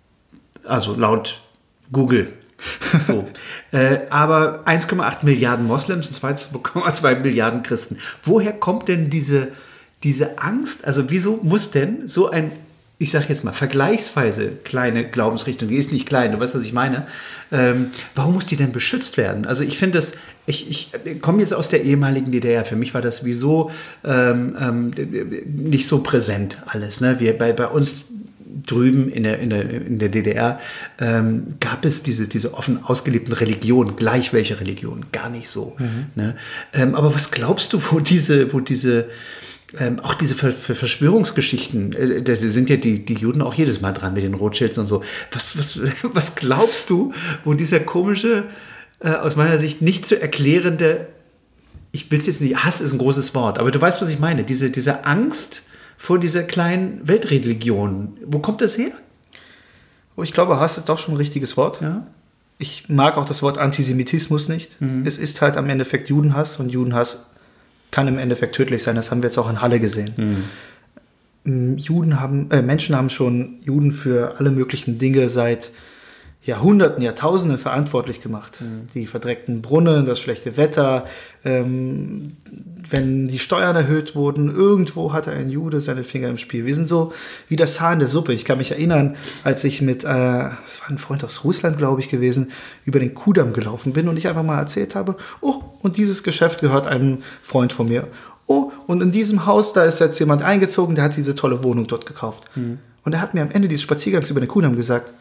Also laut Google. So. äh, aber eins Komma acht Milliarden Moslems und zwei Komma zwei Milliarden Christen. Woher kommt denn diese, diese Angst? Also wieso muss denn so ein, ich sage jetzt mal, vergleichsweise kleine Glaubensrichtung, die ist nicht klein, du weißt, was ich meine, ähm, warum muss die denn beschützt werden? Also ich finde das, ich, ich komme jetzt aus der ehemaligen D D R, für mich war das sowieso ähm, ähm, nicht so präsent alles. Ne? Wir, bei, bei uns drüben in der, in der, in der D D R ähm, gab es diese, diese offen ausgelebten Religionen, gleich welche Religion, gar nicht so. Mhm. Ne? Ähm, aber was glaubst du, wo diese, wo diese Ähm, auch diese Ver- Ver- Verschwörungsgeschichten, äh, da sind ja die, die Juden auch jedes Mal dran mit den Rothschilds und so. Was, was, was glaubst du, wo dieser komische, äh, aus meiner Sicht nicht zu erklärende, ich will es jetzt nicht, Hass ist ein großes Wort, aber du weißt, was ich meine, diese, diese Angst vor dieser kleinen Weltreligion, wo kommt das her? Oh, ich glaube, Hass ist doch schon ein richtiges Wort. Ja. Ich mag auch das Wort Antisemitismus nicht. Mhm. Es ist halt am Endeffekt Judenhass und Judenhass kann im Endeffekt tödlich sein. Das haben wir jetzt auch in Halle gesehen. Mhm. Juden haben, äh, Menschen haben schon Juden für alle möglichen Dinge seit Jahrhunderten, Jahrtausenden verantwortlich gemacht. Mhm. Die verdreckten Brunnen, das schlechte Wetter, ähm, wenn die Steuern erhöht wurden, irgendwo hatte ein Jude seine Finger im Spiel. Wir sind so wie das Haar in der Suppe. Ich kann mich erinnern, als ich mit, äh, es war ein Freund aus Russland, glaube ich, gewesen, über den Kudamm gelaufen bin und ich einfach mal erzählt habe, oh, und dieses Geschäft gehört einem Freund von mir. Oh, und in diesem Haus, da ist jetzt jemand eingezogen, der hat diese tolle Wohnung dort gekauft. Mhm. Und er hat mir am Ende dieses Spaziergangs über den Kudamm gesagt,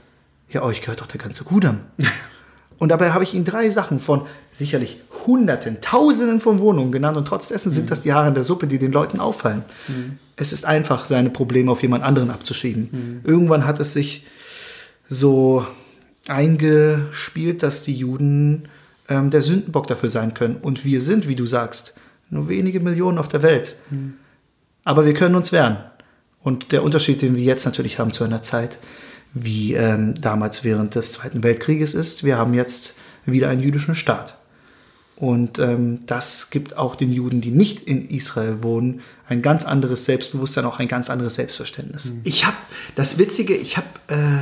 ja, euch gehört doch der ganze Kudamm. Und dabei habe ich ihnen drei Sachen von sicherlich Hunderten, Tausenden von Wohnungen genannt und trotz dessen sind mhm. das die Haare in der Suppe, die den Leuten auffallen. Mhm. Es ist einfach, seine Probleme auf jemand anderen abzuschieben. Mhm. Irgendwann hat es sich so eingespielt, dass die Juden ähm, der Sündenbock dafür sein können. Und wir sind, wie du sagst, nur wenige Millionen auf der Welt. Mhm. Aber wir können uns wehren. Und der Unterschied, den wir jetzt natürlich haben zu einer Zeit, wie ähm, damals während des Zweiten Weltkrieges ist, wir haben jetzt wieder einen jüdischen Staat. Und ähm, das gibt auch den Juden, die nicht in Israel wohnen, ein ganz anderes Selbstbewusstsein, auch ein ganz anderes Selbstverständnis. Ich habe, das Witzige, ich habe äh,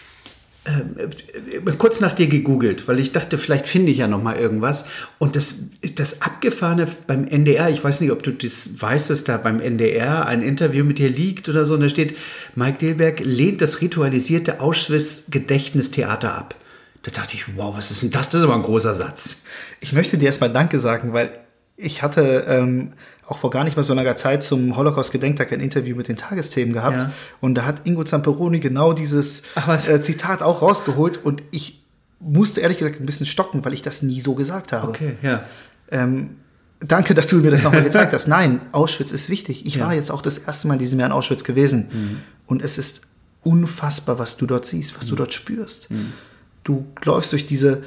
äh, kurz nach dir gegoogelt, weil ich dachte, vielleicht finde ich ja noch mal irgendwas. Und das, das Abgefahrene beim N D R, ich weiß nicht, ob du das weißt, dass da beim N D R ein Interview mit dir liegt oder so, und da steht, Mike Delberg lehnt das ritualisierte Auschwitz-Gedächtnistheater ab. Da dachte ich, wow, was ist denn das? Das ist aber ein großer Satz. Ich möchte dir erstmal Danke sagen, weil ich hatte ähm, auch vor gar nicht mal so langer Zeit zum Holocaust-Gedenktag ein Interview mit den Tagesthemen gehabt. Ja. Und da hat Ingo Zamperoni genau dieses äh, Zitat auch rausgeholt. Und ich musste ehrlich gesagt ein bisschen stocken, weil ich das nie so gesagt habe. Okay, ja. Ähm, danke, dass du mir das nochmal gezeigt hast. Nein, Auschwitz ist wichtig. Ich ja. war jetzt auch das erste Mal in diesem Jahr in Auschwitz gewesen. Mhm. Und es ist unfassbar, was du dort siehst, was mhm. du dort spürst. Mhm. Du läufst durch diese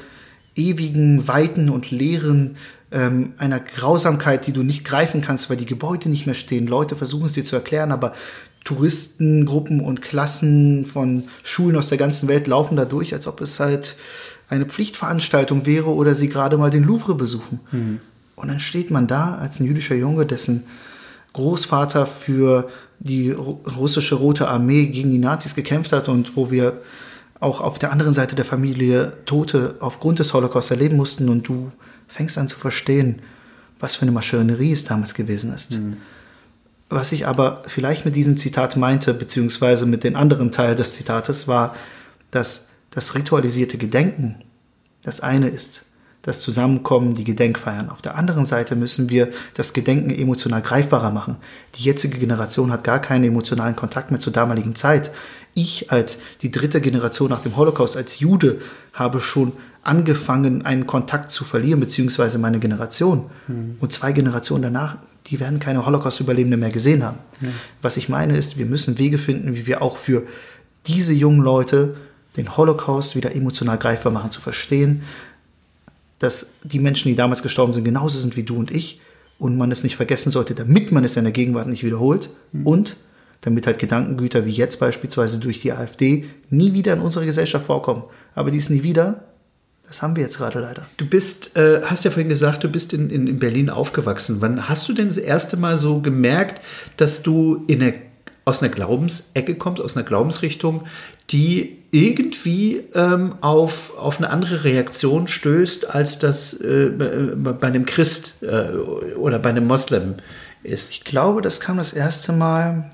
ewigen Weiten und Leeren ähm, einer Grausamkeit, die du nicht greifen kannst, weil die Gebäude nicht mehr stehen. Leute versuchen es dir zu erklären, aber Touristengruppen und Klassen von Schulen aus der ganzen Welt laufen da durch, als ob es halt eine Pflichtveranstaltung wäre oder sie gerade mal den Louvre besuchen. Mhm. Und dann steht man da als ein jüdischer Junge, dessen Großvater für die russische Rote Armee gegen die Nazis gekämpft hat und wo wir auch auf der anderen Seite der Familie Tote aufgrund des Holocaust erleben mussten und du fängst an zu verstehen, was für eine Maschinerie es damals gewesen ist. Mhm. Was ich aber vielleicht mit diesem Zitat meinte, beziehungsweise mit dem anderen Teil des Zitates, war, dass das ritualisierte Gedenken das eine ist, das Zusammenkommen, die Gedenkfeiern. Auf der anderen Seite müssen wir das Gedenken emotional greifbarer machen. Die jetzige Generation hat gar keinen emotionalen Kontakt mehr zur damaligen Zeit. Ich als die dritte Generation nach dem Holocaust, als Jude, habe schon angefangen, einen Kontakt zu verlieren, beziehungsweise meine Generation. Mhm. Und zwei Generationen danach, die werden keine Holocaust-Überlebende mehr gesehen haben. Mhm. Was ich meine ist, wir müssen Wege finden, wie wir auch für diese jungen Leute den Holocaust wieder emotional greifbar machen, zu verstehen, dass die Menschen, die damals gestorben sind, genauso sind wie du und ich und man es nicht vergessen sollte, damit man es in der Gegenwart nicht wiederholt mhm. und damit halt Gedankengüter wie jetzt beispielsweise durch die AfD nie wieder in unserer Gesellschaft vorkommen. Aber dies nie wieder, das haben wir jetzt gerade leider. Du bist, äh, hast ja vorhin gesagt, du bist in, in, in Berlin aufgewachsen. Wann hast du denn das erste Mal so gemerkt, dass du in eine, aus einer Glaubensecke kommst, aus einer Glaubensrichtung, die irgendwie ähm, auf, auf eine andere Reaktion stößt, als das äh, bei einem Christ äh, oder bei einem Moslem ist? Ich glaube, das kam das erste Mal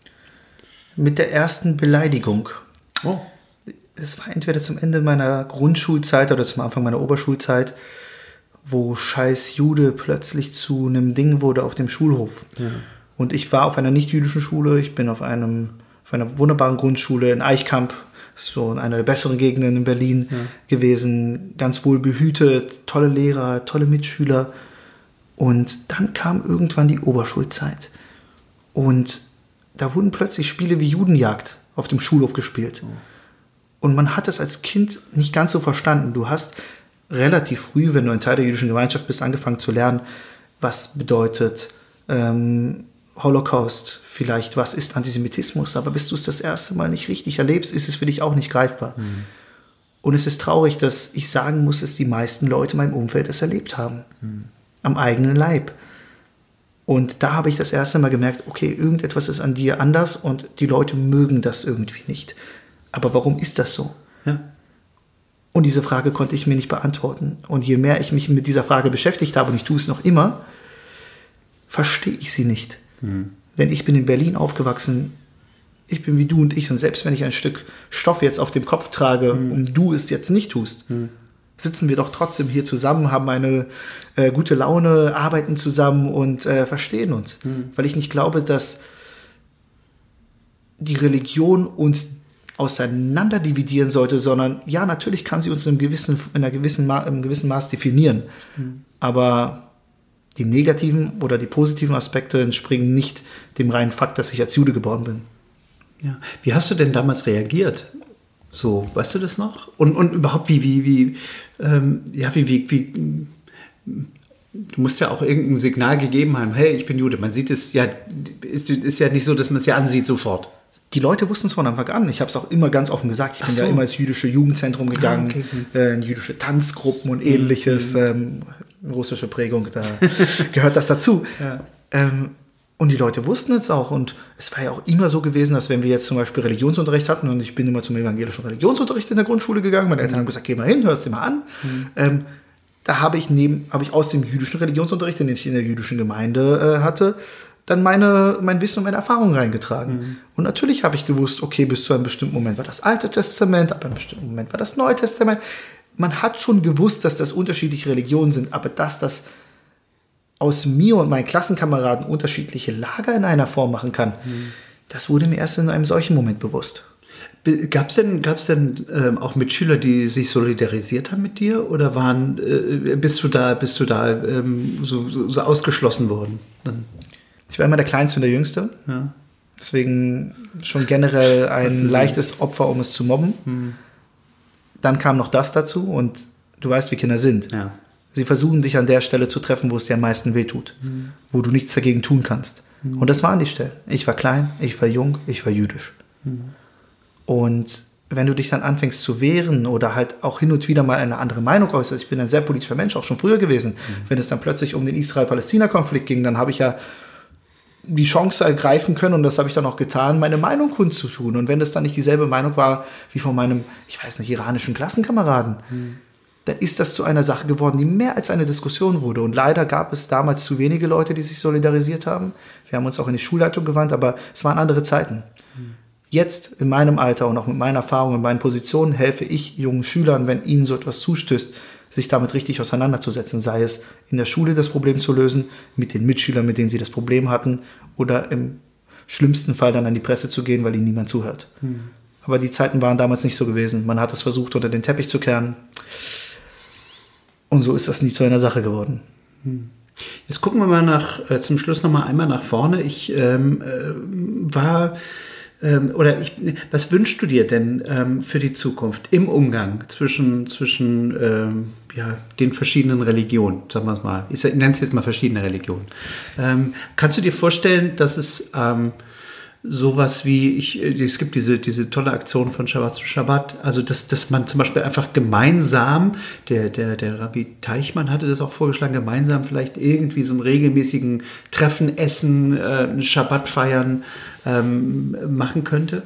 mit der ersten Beleidigung. Oh. Es war entweder zum Ende meiner Grundschulzeit oder zum Anfang meiner Oberschulzeit, wo scheiß Jude plötzlich zu einem Ding wurde auf dem Schulhof. Ja. Und ich war auf einer nicht-jüdischen Schule, ich bin auf, einem, auf einer wunderbaren Grundschule in Eichkamp, so in einer der besseren Gegenden in Berlin ja. gewesen, ganz wohl behütet, tolle Lehrer, tolle Mitschüler. Und dann kam irgendwann die Oberschulzeit. Und da wurden plötzlich Spiele wie Judenjagd auf dem Schulhof gespielt. Oh. Und man hat das als Kind nicht ganz so verstanden. Du hast relativ früh, wenn du ein Teil der jüdischen Gemeinschaft bist, angefangen zu lernen, was bedeutet ähm, Holocaust, vielleicht was ist Antisemitismus. Aber bis du es das erste Mal nicht richtig erlebst, ist es für dich auch nicht greifbar. Mhm. Und es ist traurig, dass ich sagen muss, dass die meisten Leute in meinem Umfeld es erlebt haben. Mhm. Am eigenen Leib. Und da habe ich das erste Mal gemerkt, okay, irgendetwas ist an dir anders und die Leute mögen das irgendwie nicht. Aber warum ist das so? Ja. Und diese Frage konnte ich mir nicht beantworten. Und je mehr ich mich mit dieser Frage beschäftigt habe, und ich tue es noch immer, verstehe ich sie nicht. Mhm. Denn ich bin in Berlin aufgewachsen, ich bin wie du und ich. Und selbst wenn ich ein Stück Stoff jetzt auf dem Kopf trage, mhm. und du es jetzt nicht tust, mhm. sitzen wir doch trotzdem hier zusammen, haben eine äh, gute Laune, arbeiten zusammen und äh, verstehen uns. Mhm. Weil ich nicht glaube, dass die Religion uns auseinander dividieren sollte, sondern ja, natürlich kann sie uns in einem gewissen, in einer gewissen, Ma- in einem gewissen Maß definieren. Mhm. Aber die negativen oder die positiven Aspekte entspringen nicht dem reinen Fakt, dass ich als Jude geboren bin. Ja. Wie hast du denn damals reagiert? So, weißt du das noch? Und, und überhaupt, wie, wie, wie, ähm, ja, wie, wie, wie, du musst ja auch irgendein Signal gegeben haben, hey, ich bin Jude. Man sieht es ja, ist, ist ja nicht so, dass man es ja ansieht sofort. Die Leute wussten es von Anfang an. Ich habe es auch immer ganz offen gesagt. Ich bin so. ja immer ins jüdische Jugendzentrum gegangen, ah, okay. äh, in jüdische Tanzgruppen und ähnliches. Mhm. Ähm, russische Prägung, da gehört das dazu. Ja. Ähm, und die Leute wussten es auch. Und es war ja auch immer so gewesen, dass wenn wir jetzt zum Beispiel Religionsunterricht hatten, und ich bin immer zum evangelischen Religionsunterricht in der Grundschule gegangen, meine Eltern haben gesagt, geh mal hin, hörst dir mal an. Mhm. Ähm, da habe ich, neben, habe ich aus dem jüdischen Religionsunterricht, den ich in der jüdischen Gemeinde äh, hatte, dann meine, mein Wissen und meine Erfahrungen reingetragen. Mhm. Und natürlich habe ich gewusst, okay, bis zu einem bestimmten Moment war das Alte Testament, ab einem bestimmten Moment war das Neue Testament. Man hat schon gewusst, dass das unterschiedliche Religionen sind, aber dass das aus mir und meinen Klassenkameraden unterschiedliche Lager in einer Form machen kann, mhm. das wurde mir erst in einem solchen Moment bewusst. Gab es denn, gab's denn ähm, auch Mitschüler, die sich solidarisiert haben mit dir? Oder waren, äh, bist du da, bist du da ähm, so, so, so ausgeschlossen worden? Dann? Ich war immer der Kleinste und der Jüngste. Ja. Deswegen schon generell ein leichtes Opfer, um es zu mobben. Mhm. Dann kam noch das dazu und du weißt, wie Kinder sind. Ja. Sie versuchen, dich an der Stelle zu treffen, wo es dir am meisten wehtut. Mhm. Wo du nichts dagegen tun kannst. Mhm. Und das waren die Stellen. Ich war klein, ich war jung, ich war jüdisch. Mhm. Und wenn du dich dann anfängst zu wehren oder halt auch hin und wieder mal eine andere Meinung äußerst, ich bin ein sehr politischer Mensch, auch schon früher gewesen, mhm. wenn es dann plötzlich um den Israel-Palästina-Konflikt ging, dann habe ich ja die Chance ergreifen können, und das habe ich dann auch getan, meine Meinung kundzutun. Und wenn das dann nicht dieselbe Meinung war wie von meinem, ich weiß nicht, iranischen Klassenkameraden, mhm. dann ist das zu einer Sache geworden, die mehr als eine Diskussion wurde. Und leider gab es damals zu wenige Leute, die sich solidarisiert haben. Wir haben uns auch in die Schulleitung gewandt, aber es waren andere Zeiten. Mhm. Jetzt in meinem Alter und auch mit meiner Erfahrung in meinen Positionen helfe ich jungen Schülern, wenn ihnen so etwas zustößt, sich damit richtig auseinanderzusetzen, sei es in der Schule das Problem zu lösen, mit den Mitschülern, mit denen sie das Problem hatten, oder im schlimmsten Fall dann an die Presse zu gehen, weil ihnen niemand zuhört. Hm. Aber die Zeiten waren damals nicht so gewesen. Man hat es versucht, unter den Teppich zu kehren. Und so ist das nie zu einer Sache geworden. Hm. Jetzt gucken wir mal nach, äh, zum Schluss noch mal einmal nach vorne. Ich ähm, äh, war... Ähm, oder ich, was wünschst du dir denn ähm, für die Zukunft im Umgang zwischen, zwischen ähm, ja, den verschiedenen Religionen, sagen wir es mal, ich nenne es jetzt mal verschiedene Religionen. Ähm, kannst du dir vorstellen, dass es ähm, sowas wie, ich, es gibt diese, diese tolle Aktion von Shabbat zu Shabbat, also dass, dass man zum Beispiel einfach gemeinsam, der, der, der Rabbi Teichmann hatte das auch vorgeschlagen, gemeinsam vielleicht irgendwie so einen regelmäßigen Treffen, Essen, äh, Shabbat feiern, ähm, machen könnte?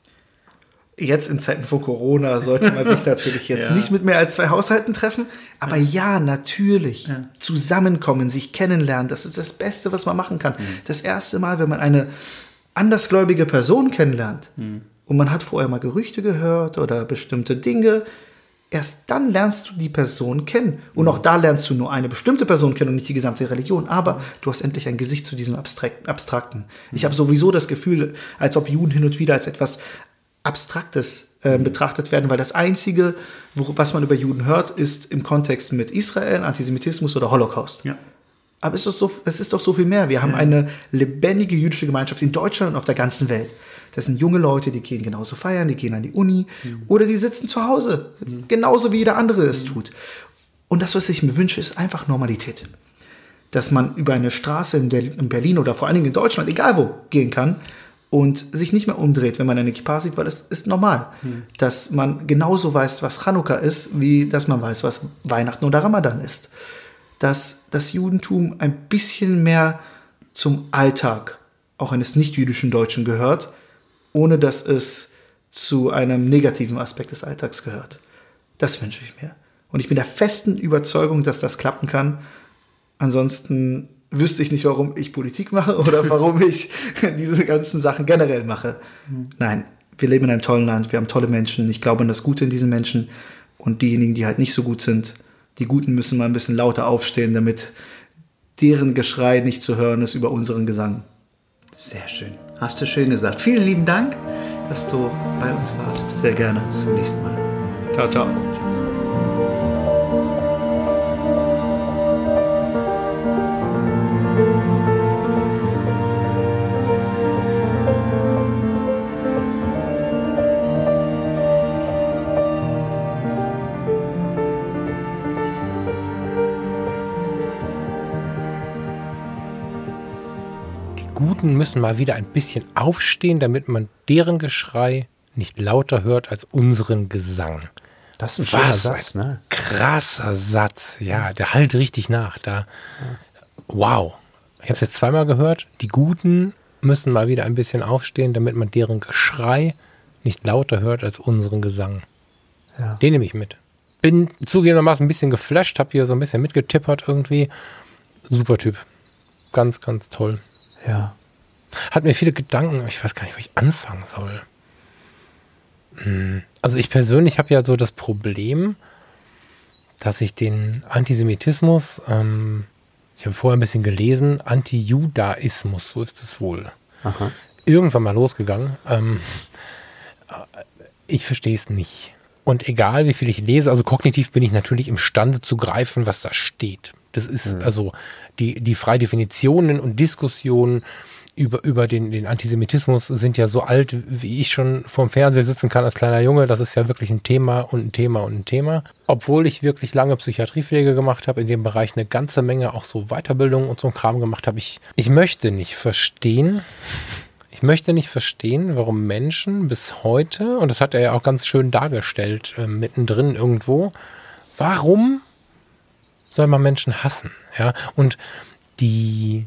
Jetzt in Zeiten von Corona sollte man sich natürlich jetzt ja. nicht mit mehr als zwei Haushalten treffen. Aber ja, ja natürlich. Ja. Zusammenkommen, sich kennenlernen, das ist das Beste, was man machen kann. Mhm. Das erste Mal, wenn man eine andersgläubige Person kennenlernt mhm. und man hat vorher mal Gerüchte gehört oder bestimmte Dinge, erst dann lernst du die Person kennen. Und auch da lernst du nur eine bestimmte Person kennen und nicht die gesamte Religion. Aber du hast endlich ein Gesicht zu diesem Abstrakten. Ich habe sowieso das Gefühl, als ob Juden hin und wieder als etwas Abstraktes äh, betrachtet werden, weil das Einzige, wo, was man über Juden hört, ist im Kontext mit Israel, Antisemitismus oder Holocaust. Ja. Aber es ist, so, es ist doch so viel mehr. Wir haben ja. eine lebendige jüdische Gemeinschaft in Deutschland und auf der ganzen Welt. Das sind junge Leute, die gehen genauso feiern, die gehen an die Uni mhm. oder die sitzen zu Hause, mhm. genauso wie jeder andere es tut. Und das, was ich mir wünsche, ist einfach Normalität. Dass man über eine Straße in, der, in Berlin oder vor allen Dingen in Deutschland, egal wo, gehen kann und sich nicht mehr umdreht, wenn man eine Kippa sieht, weil es ist normal. Mhm. Dass man genauso weiß, was Chanukka ist, wie dass man weiß, was Weihnachten oder Ramadan ist. Dass das Judentum ein bisschen mehr zum Alltag auch eines nicht-jüdischen Deutschen gehört, ohne dass es zu einem negativen Aspekt des Alltags gehört. Das wünsche ich mir. Und ich bin der festen Überzeugung, dass das klappen kann. Ansonsten wüsste ich nicht, warum ich Politik mache oder warum ich diese ganzen Sachen generell mache. Mhm. Nein, wir leben in einem tollen Land, wir haben tolle Menschen. Ich glaube an das Gute in diesen Menschen. Und diejenigen, die halt nicht so gut sind, die Guten müssen mal ein bisschen lauter aufstehen, damit deren Geschrei nicht zu hören ist über unseren Gesang. Sehr schön. Hast du schön gesagt. Vielen lieben Dank. dass du bei uns warst. Sehr gerne. Bis zum nächsten Mal. Ciao, ciao. Guten müssen mal wieder ein bisschen aufstehen, damit man deren Geschrei nicht lauter hört als unseren Gesang. Das ist ein schöner Was Satz, ein ne? Krasser Satz, ja, der halt richtig nach. Da, wow, ich habe es jetzt zweimal gehört. Die Guten müssen mal wieder ein bisschen aufstehen, damit man deren Geschrei nicht lauter hört als unseren Gesang. Ja. Den nehme ich mit. Bin zugegebenermaßen ein bisschen geflasht, habe hier so ein bisschen mitgetippert irgendwie. Super Typ. Ganz, ganz toll. Ja. Hat mir viele Gedanken, ich weiß gar nicht, wo ich anfangen soll. Also ich persönlich habe ja so das Problem, dass ich den Antisemitismus, ähm, ich habe vorher ein bisschen gelesen, Antijudaismus, so ist es wohl, Aha. irgendwann mal losgegangen. Ähm, ich verstehe es nicht. Und egal, wie viel ich lese, also kognitiv bin ich natürlich imstande zu greifen, was da steht. Das ist mhm. also die, die Freidefinitionen und Diskussionen über, über den, den Antisemitismus sind ja so alt, wie ich schon vorm Fernseher sitzen kann als kleiner Junge. Das ist ja wirklich ein Thema und ein Thema und ein Thema. Obwohl ich wirklich lange Psychiatriepflege gemacht habe, in dem Bereich eine ganze Menge auch so Weiterbildung und so ein Kram gemacht habe. Ich, ich möchte nicht verstehen, ich möchte nicht verstehen, warum Menschen bis heute, und das hat er ja auch ganz schön dargestellt, äh, mittendrin irgendwo, warum soll man Menschen hassen? Ja, und die,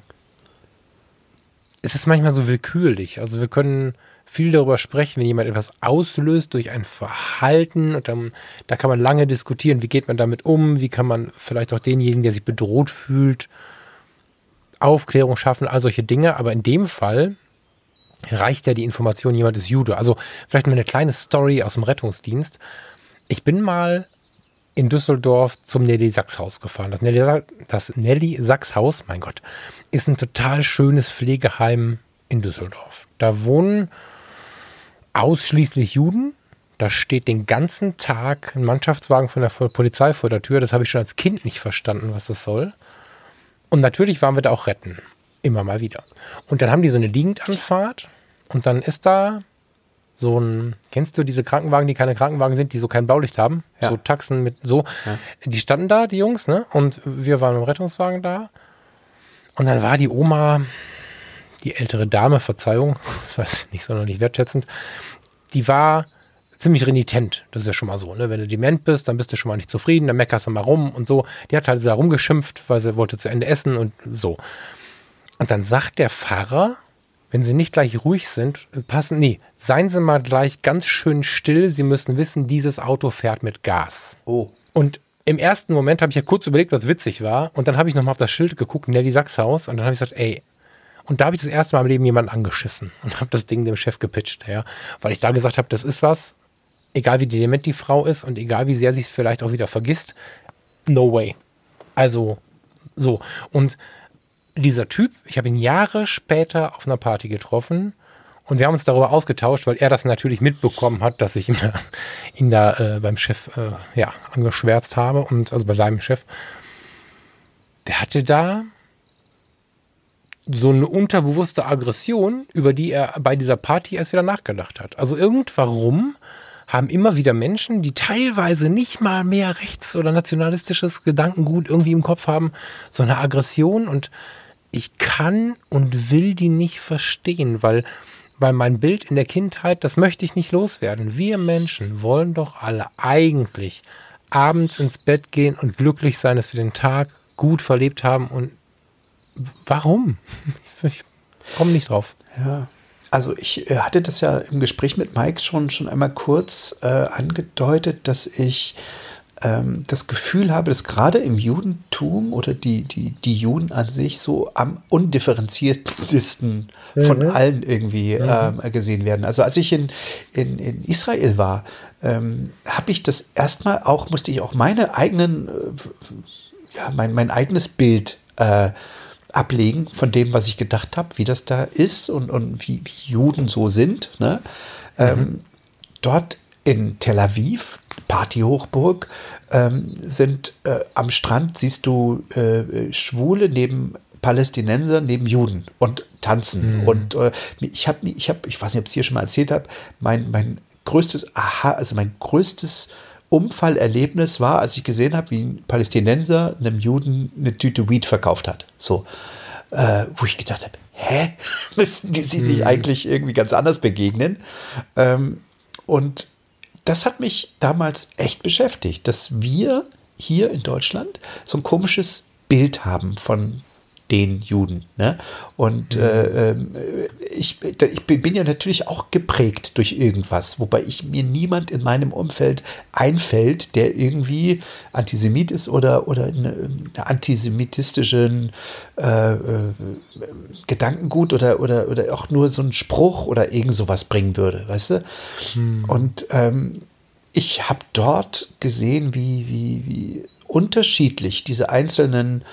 es ist manchmal so willkürlich. Also wir können viel darüber sprechen, wenn jemand etwas auslöst durch ein Verhalten und dann, da kann man lange diskutieren, wie geht man damit um, wie kann man vielleicht auch denjenigen, der sich bedroht fühlt, Aufklärung schaffen, all solche Dinge. Aber in dem Fall reicht ja die Information, jemand ist Jude. Also vielleicht mal eine kleine Story aus dem Rettungsdienst. Ich bin mal in Düsseldorf zum Nelly-Sachs-Haus gefahren. Das Nelly, das Nelly-Sachs-Haus, mein Gott, ist ein total schönes Pflegeheim in Düsseldorf. Da wohnen ausschließlich Juden. Da steht den ganzen Tag ein Mannschaftswagen von der Polizei vor der Tür. Das habe ich schon als Kind nicht verstanden, was das soll. Und natürlich waren wir da auch retten. Immer mal wieder. Und dann haben die so eine Liegendanfahrt und dann ist da so ein, kennst du diese Krankenwagen, die keine Krankenwagen sind, die so kein Blaulicht haben? Ja. So Taxen mit so. Ja. Die standen da, die Jungs, ne? Und wir waren im Rettungswagen da. Und dann war die Oma, die ältere Dame, Verzeihung, das war nicht sonderlich wertschätzend, die war ziemlich renitent. Das ist ja schon mal so, ne? Wenn du dement bist, dann bist du schon mal nicht zufrieden, dann meckerst du mal rum und so. Die hat halt da rumgeschimpft, weil sie wollte zu Ende essen und so. Und dann sagt der Pfarrer, wenn Sie nicht gleich ruhig sind, passen, nee, seien Sie mal gleich ganz schön still. Sie müssen wissen, dieses Auto fährt mit Gas. Oh. Und im ersten Moment habe ich ja kurz überlegt, was witzig war. Und dann habe ich nochmal auf das Schild geguckt, Nelly-Sachs-Haus. Und dann habe ich gesagt, ey. Und da habe ich das erste Mal im Leben jemanden angeschissen und habe das Ding dem Chef gepitcht. Ja, weil ich da gesagt habe, das ist was, egal wie dement die Frau ist und egal wie sehr sie es vielleicht auch wieder vergisst, no way. Also, so. Und dieser Typ, ich habe ihn Jahre später auf einer Party getroffen und wir haben uns darüber ausgetauscht, weil er das natürlich mitbekommen hat, dass ich ihn da, ihn da äh, beim Chef äh, ja, angeschwärzt habe, und also bei seinem Chef. Der hatte da so eine unterbewusste Aggression, über die er bei dieser Party erst wieder nachgedacht hat. Also irgendwarum haben immer wieder Menschen, die teilweise nicht mal mehr rechts- oder nationalistisches Gedankengut irgendwie im Kopf haben, so eine Aggression, und ich kann und will die nicht verstehen, weil, weil mein Bild in der Kindheit, das möchte ich nicht loswerden. Wir Menschen wollen doch alle eigentlich abends ins Bett gehen und glücklich sein, dass wir den Tag gut verlebt haben. Und warum? Ich komme nicht drauf. Ja. Also ich äh, hatte das ja im Gespräch mit Mike schon, schon einmal kurz äh, angedeutet, dass ich ähm, das Gefühl habe, dass gerade im Judentum oder die, die, die Juden an sich so am undifferenziertesten mhm. von allen irgendwie mhm. ähm, gesehen werden. Also als ich in, in, in Israel war, ähm, habe ich das erstmal auch, musste ich auch meine eigenen, äh, ja, mein, mein eigenes Bild äh, ablegen von dem, was ich gedacht habe, wie das da ist und, und wie, wie Juden so sind. Ne? Ähm, Mhm. Dort in Tel Aviv, Partyhochburg, ähm, sind äh, am Strand, siehst du äh, Schwule neben Palästinenser, neben Juden und tanzen. Mhm. Und äh, ich habe, ich habe, ich weiß nicht, ob ich es hier schon mal erzählt habe, mein, mein größtes Aha, also mein größtes Umfallerlebnis war, als ich gesehen habe, wie ein Palästinenser einem Juden eine Tüte Weed verkauft hat. So, äh, wo ich gedacht habe, hä? Müssten die sich nicht Mhm. eigentlich irgendwie ganz anders begegnen? Ähm, und das hat mich damals echt beschäftigt, dass wir hier in Deutschland so ein komisches Bild haben von den Juden. Ne? Und äh, ähm, ich, ich bin ja natürlich auch geprägt durch irgendwas, wobei ich mir niemand in meinem Umfeld einfällt, der irgendwie Antisemit ist oder, oder eine, eine antisemitistischen äh, äh, Gedankengut oder, oder, oder auch nur so einen Spruch oder irgend sowas bringen würde, weißt du? Mhm. Und ähm, ich habe dort gesehen, wie, wie, wie unterschiedlich diese einzelnen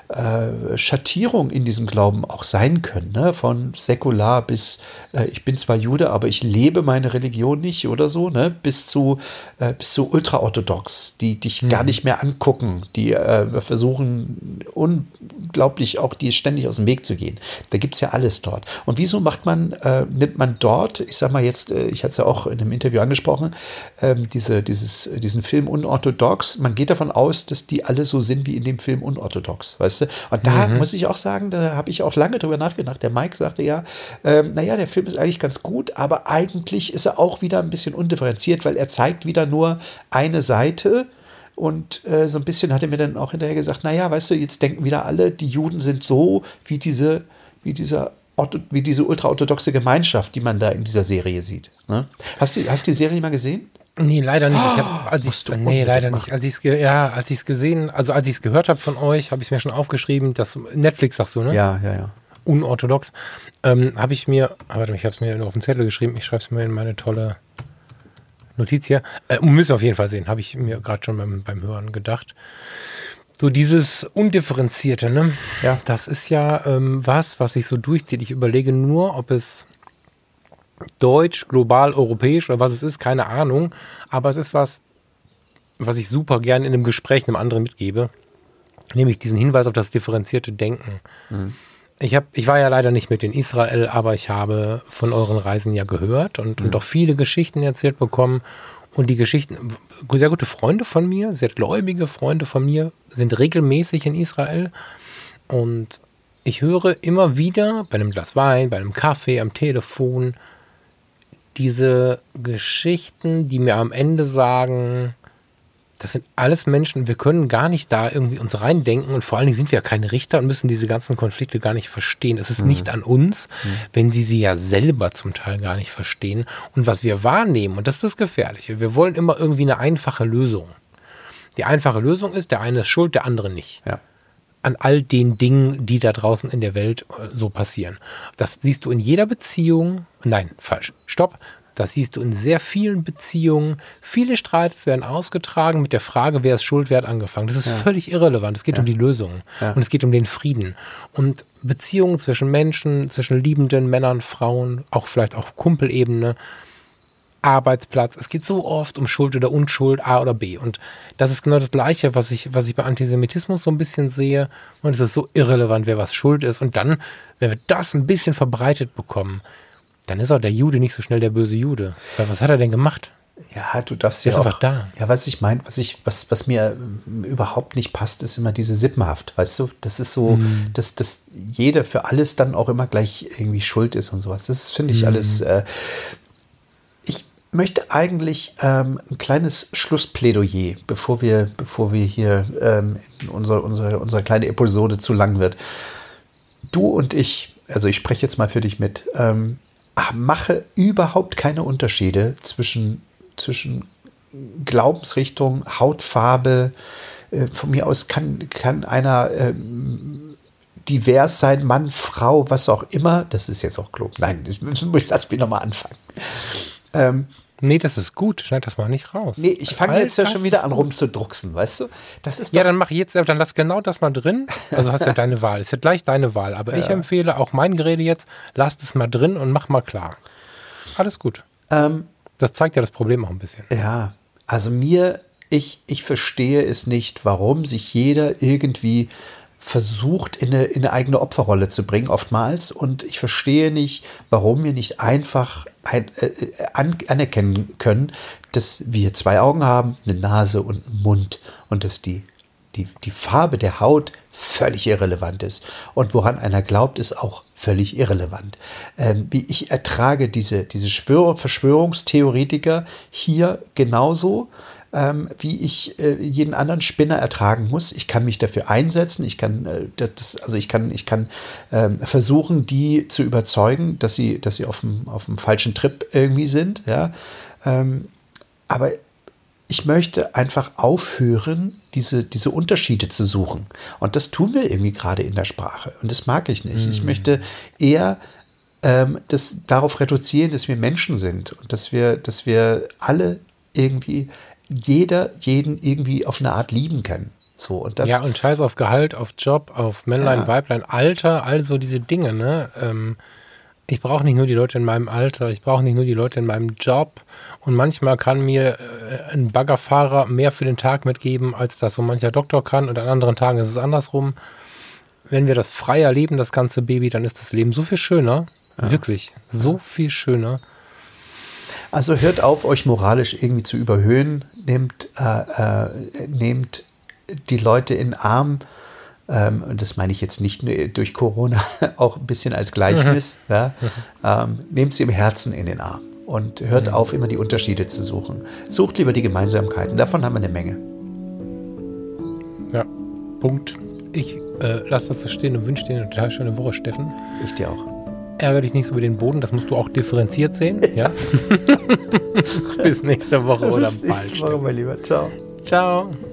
äh, Schattierungen in diesem Glauben auch sein können. Ne? Von säkular bis, äh, ich bin zwar Jude, aber ich lebe meine Religion nicht oder so, ne? bis zu, äh, bis zu ultraorthodox, die dich Mhm. gar nicht mehr angucken, die äh, versuchen unglaublich auch dir ständig aus dem Weg zu gehen. Da gibt es ja alles dort. Und wieso macht man, äh, nimmt man dort, ich sag mal jetzt, äh, ich hatte es ja auch in einem Interview angesprochen, ähm, diese, dieses, diesen Film Unorthodox, man geht davon aus, dass die alle so sind wie in dem Film Unorthodox, weißt du? Und da Mhm. muss ich auch sagen, da habe ich auch lange drüber nachgedacht. Der Mike sagte ja, ähm, naja, der Film ist eigentlich ganz gut, aber eigentlich ist er auch wieder ein bisschen undifferenziert, weil er zeigt wieder nur eine Seite. Und äh, so ein bisschen hat er mir dann auch hinterher gesagt, naja, weißt du, jetzt denken wieder alle, die Juden sind so wie diese, wie dieser Ortho, wie diese ultraorthodoxe Gemeinschaft, die man da in dieser Serie sieht. Ne? Hast du hast du die Serie mal gesehen? Nee, leider nicht. Ich hab's, als musst ich, du nee, unbedingt leider machen. nicht. Als ich es ja, als ich es gesehen, also als ich es gehört habe von euch, habe ich es mir schon aufgeschrieben. Das Netflix sagst du, ne? Ja, ja, ja. Unorthodox. Ähm, habe ich mir, ah, warte, ich habe es mir nur auf den Zettel geschrieben. Ich schreibe es mir in meine tolle Notiz hier. Äh, müssen wir auf jeden Fall sehen. Habe ich mir gerade schon beim, beim Hören gedacht. So dieses Undifferenzierte, ne? Ja. Das ist ja ähm, was, was sich so durchzieht. Ich überlege nur, ob es deutsch, global, europäisch oder was es ist, keine Ahnung. Aber es ist was, was ich super gerne in einem Gespräch einem anderen mitgebe. Nämlich diesen Hinweis auf das differenzierte Denken. Mhm. Ich, hab, ich war ja leider nicht mit in Israel, aber ich habe von euren Reisen ja gehört und, und auch viele Geschichten erzählt bekommen. Und die Geschichten, sehr gute Freunde von mir, sehr gläubige Freunde von mir, sind regelmäßig in Israel. Und ich höre immer wieder bei einem Glas Wein, bei einem Kaffee, am Telefon, diese Geschichten, die mir am Ende sagen, das sind alles Menschen, wir können gar nicht da irgendwie uns reindenken und vor allen Dingen sind wir ja keine Richter und müssen diese ganzen Konflikte gar nicht verstehen. Es ist mhm. nicht an uns, mhm. wenn sie sie ja selber zum Teil gar nicht verstehen. Und was wir wahrnehmen, und das ist das Gefährliche, wir wollen immer irgendwie eine einfache Lösung. Die einfache Lösung ist, der eine ist schuld, der andere nicht. Ja. An all den Dingen, die da draußen in der Welt so passieren. Das siehst du in jeder Beziehung. Nein, falsch. Stopp. Das siehst du in sehr vielen Beziehungen. Viele Streits werden ausgetragen mit der Frage, wer ist schuld, wer hat angefangen. Das ist ja. völlig irrelevant. Es geht ja. um die Lösung. Ja. Und es geht um den Frieden. Und Beziehungen zwischen Menschen, zwischen liebenden Männern, Frauen, auch vielleicht auf Kumpelebene, Arbeitsplatz. Es geht so oft um Schuld oder Unschuld, A oder B. Und das ist genau das Gleiche, was ich, was ich bei Antisemitismus so ein bisschen sehe. Und es ist so irrelevant, wer was schuld ist. Und dann, wenn wir das ein bisschen verbreitet bekommen, dann ist auch der Jude nicht so schnell der böse Jude. Weil was hat er denn gemacht? Ja, du darfst der ja ist auch. Einfach da. Ja, was ich meine, was ich, was, was mir überhaupt nicht passt, ist immer diese Sippenhaft, weißt du? Das ist so, mm. dass, dass jeder für alles dann auch immer gleich irgendwie schuld ist und sowas. Das finde ich mm. alles. Äh, ich möchte eigentlich ähm, ein kleines Schlussplädoyer, bevor wir, bevor wir hier ähm, unsere, unsere, unsere kleine Episode zu lang wird. Du und ich, also ich spreche jetzt mal für dich mit, ähm, mache überhaupt keine Unterschiede zwischen, zwischen Glaubensrichtung, Hautfarbe. Äh, von mir aus kann, kann einer ähm, divers sein, Mann, Frau, was auch immer. Das ist jetzt auch klug. Nein, das, lass mich nochmal anfangen. Ähm, nee, das ist gut. Schneid das mal nicht raus. Nee, ich fange jetzt ja schon wieder an rumzudrucksen, weißt du? Das ist doch ja, dann mach ich jetzt, dann lass genau das mal drin. Also hast ja deine Wahl. Ist ja gleich deine Wahl. Aber ja. ich empfehle auch mein Gerede jetzt, lasst es mal drin und mach mal klar. Alles gut. Ähm, das zeigt ja das Problem auch ein bisschen. Ja, also mir, ich, ich verstehe es nicht, warum sich jeder irgendwie versucht, in eine, in eine eigene Opferrolle zu bringen, oftmals. Und ich verstehe nicht, warum wir nicht einfach ein, äh, an, anerkennen können, dass wir zwei Augen haben, eine Nase und einen Mund und dass die, die, die Farbe der Haut völlig irrelevant ist. Und woran einer glaubt, ist auch völlig irrelevant. Ähm, wie ich ertrage diese, diese Schwör- Verschwörungstheoretiker hier genauso, ähm, wie ich äh, jeden anderen Spinner ertragen muss. Ich kann mich dafür einsetzen. Ich kann, äh, das, also ich kann, ich kann ähm, versuchen, die zu überzeugen, dass sie, dass sie auf dem, auf dem falschen Trip irgendwie sind. Ja? Ähm, aber ich möchte einfach aufhören, diese, diese Unterschiede zu suchen. Und das tun wir irgendwie gerade in der Sprache. Und das mag ich nicht. Mm. Ich möchte eher ähm, das darauf reduzieren, dass wir Menschen sind und dass wir, dass wir alle irgendwie, jeder jeden irgendwie auf eine Art lieben kann. So, und das, ja, und scheiß auf Gehalt, auf Job, auf Männlein, ja. Weiblein, Alter, also diese Dinge, ne? Ähm, ich brauche nicht nur die Leute in meinem Alter, ich brauche nicht nur die Leute in meinem Job. Und manchmal kann mir äh, ein Baggerfahrer mehr für den Tag mitgeben, als das so mancher Doktor kann. Und an anderen Tagen ist es andersrum. Wenn wir das frei erleben, das ganze Baby, dann ist das Leben so viel schöner. Ja. Wirklich, so viel schöner. Also hört auf, euch moralisch irgendwie zu überhöhen. Nehmt, äh, äh, nehmt die Leute in den Arm. Ähm, und das meine ich jetzt nicht nur durch Corona, auch ein bisschen als Gleichnis. Mhm. Ja? Mhm. Ähm, nehmt sie im Herzen in den Arm und hört mhm. auf, immer die Unterschiede zu suchen. Sucht lieber die Gemeinsamkeiten, davon haben wir eine Menge. Ja, Punkt. Ich äh, lasse das so stehen und wünsche dir eine total schöne Woche, Steffen. Ich dir auch. Ärger dich nicht so über den Boden, das musst du auch differenziert sehen. Ja. Bis nächste Woche oder Bis nächste bald, Woche, mein Lieber. Ciao. Ciao.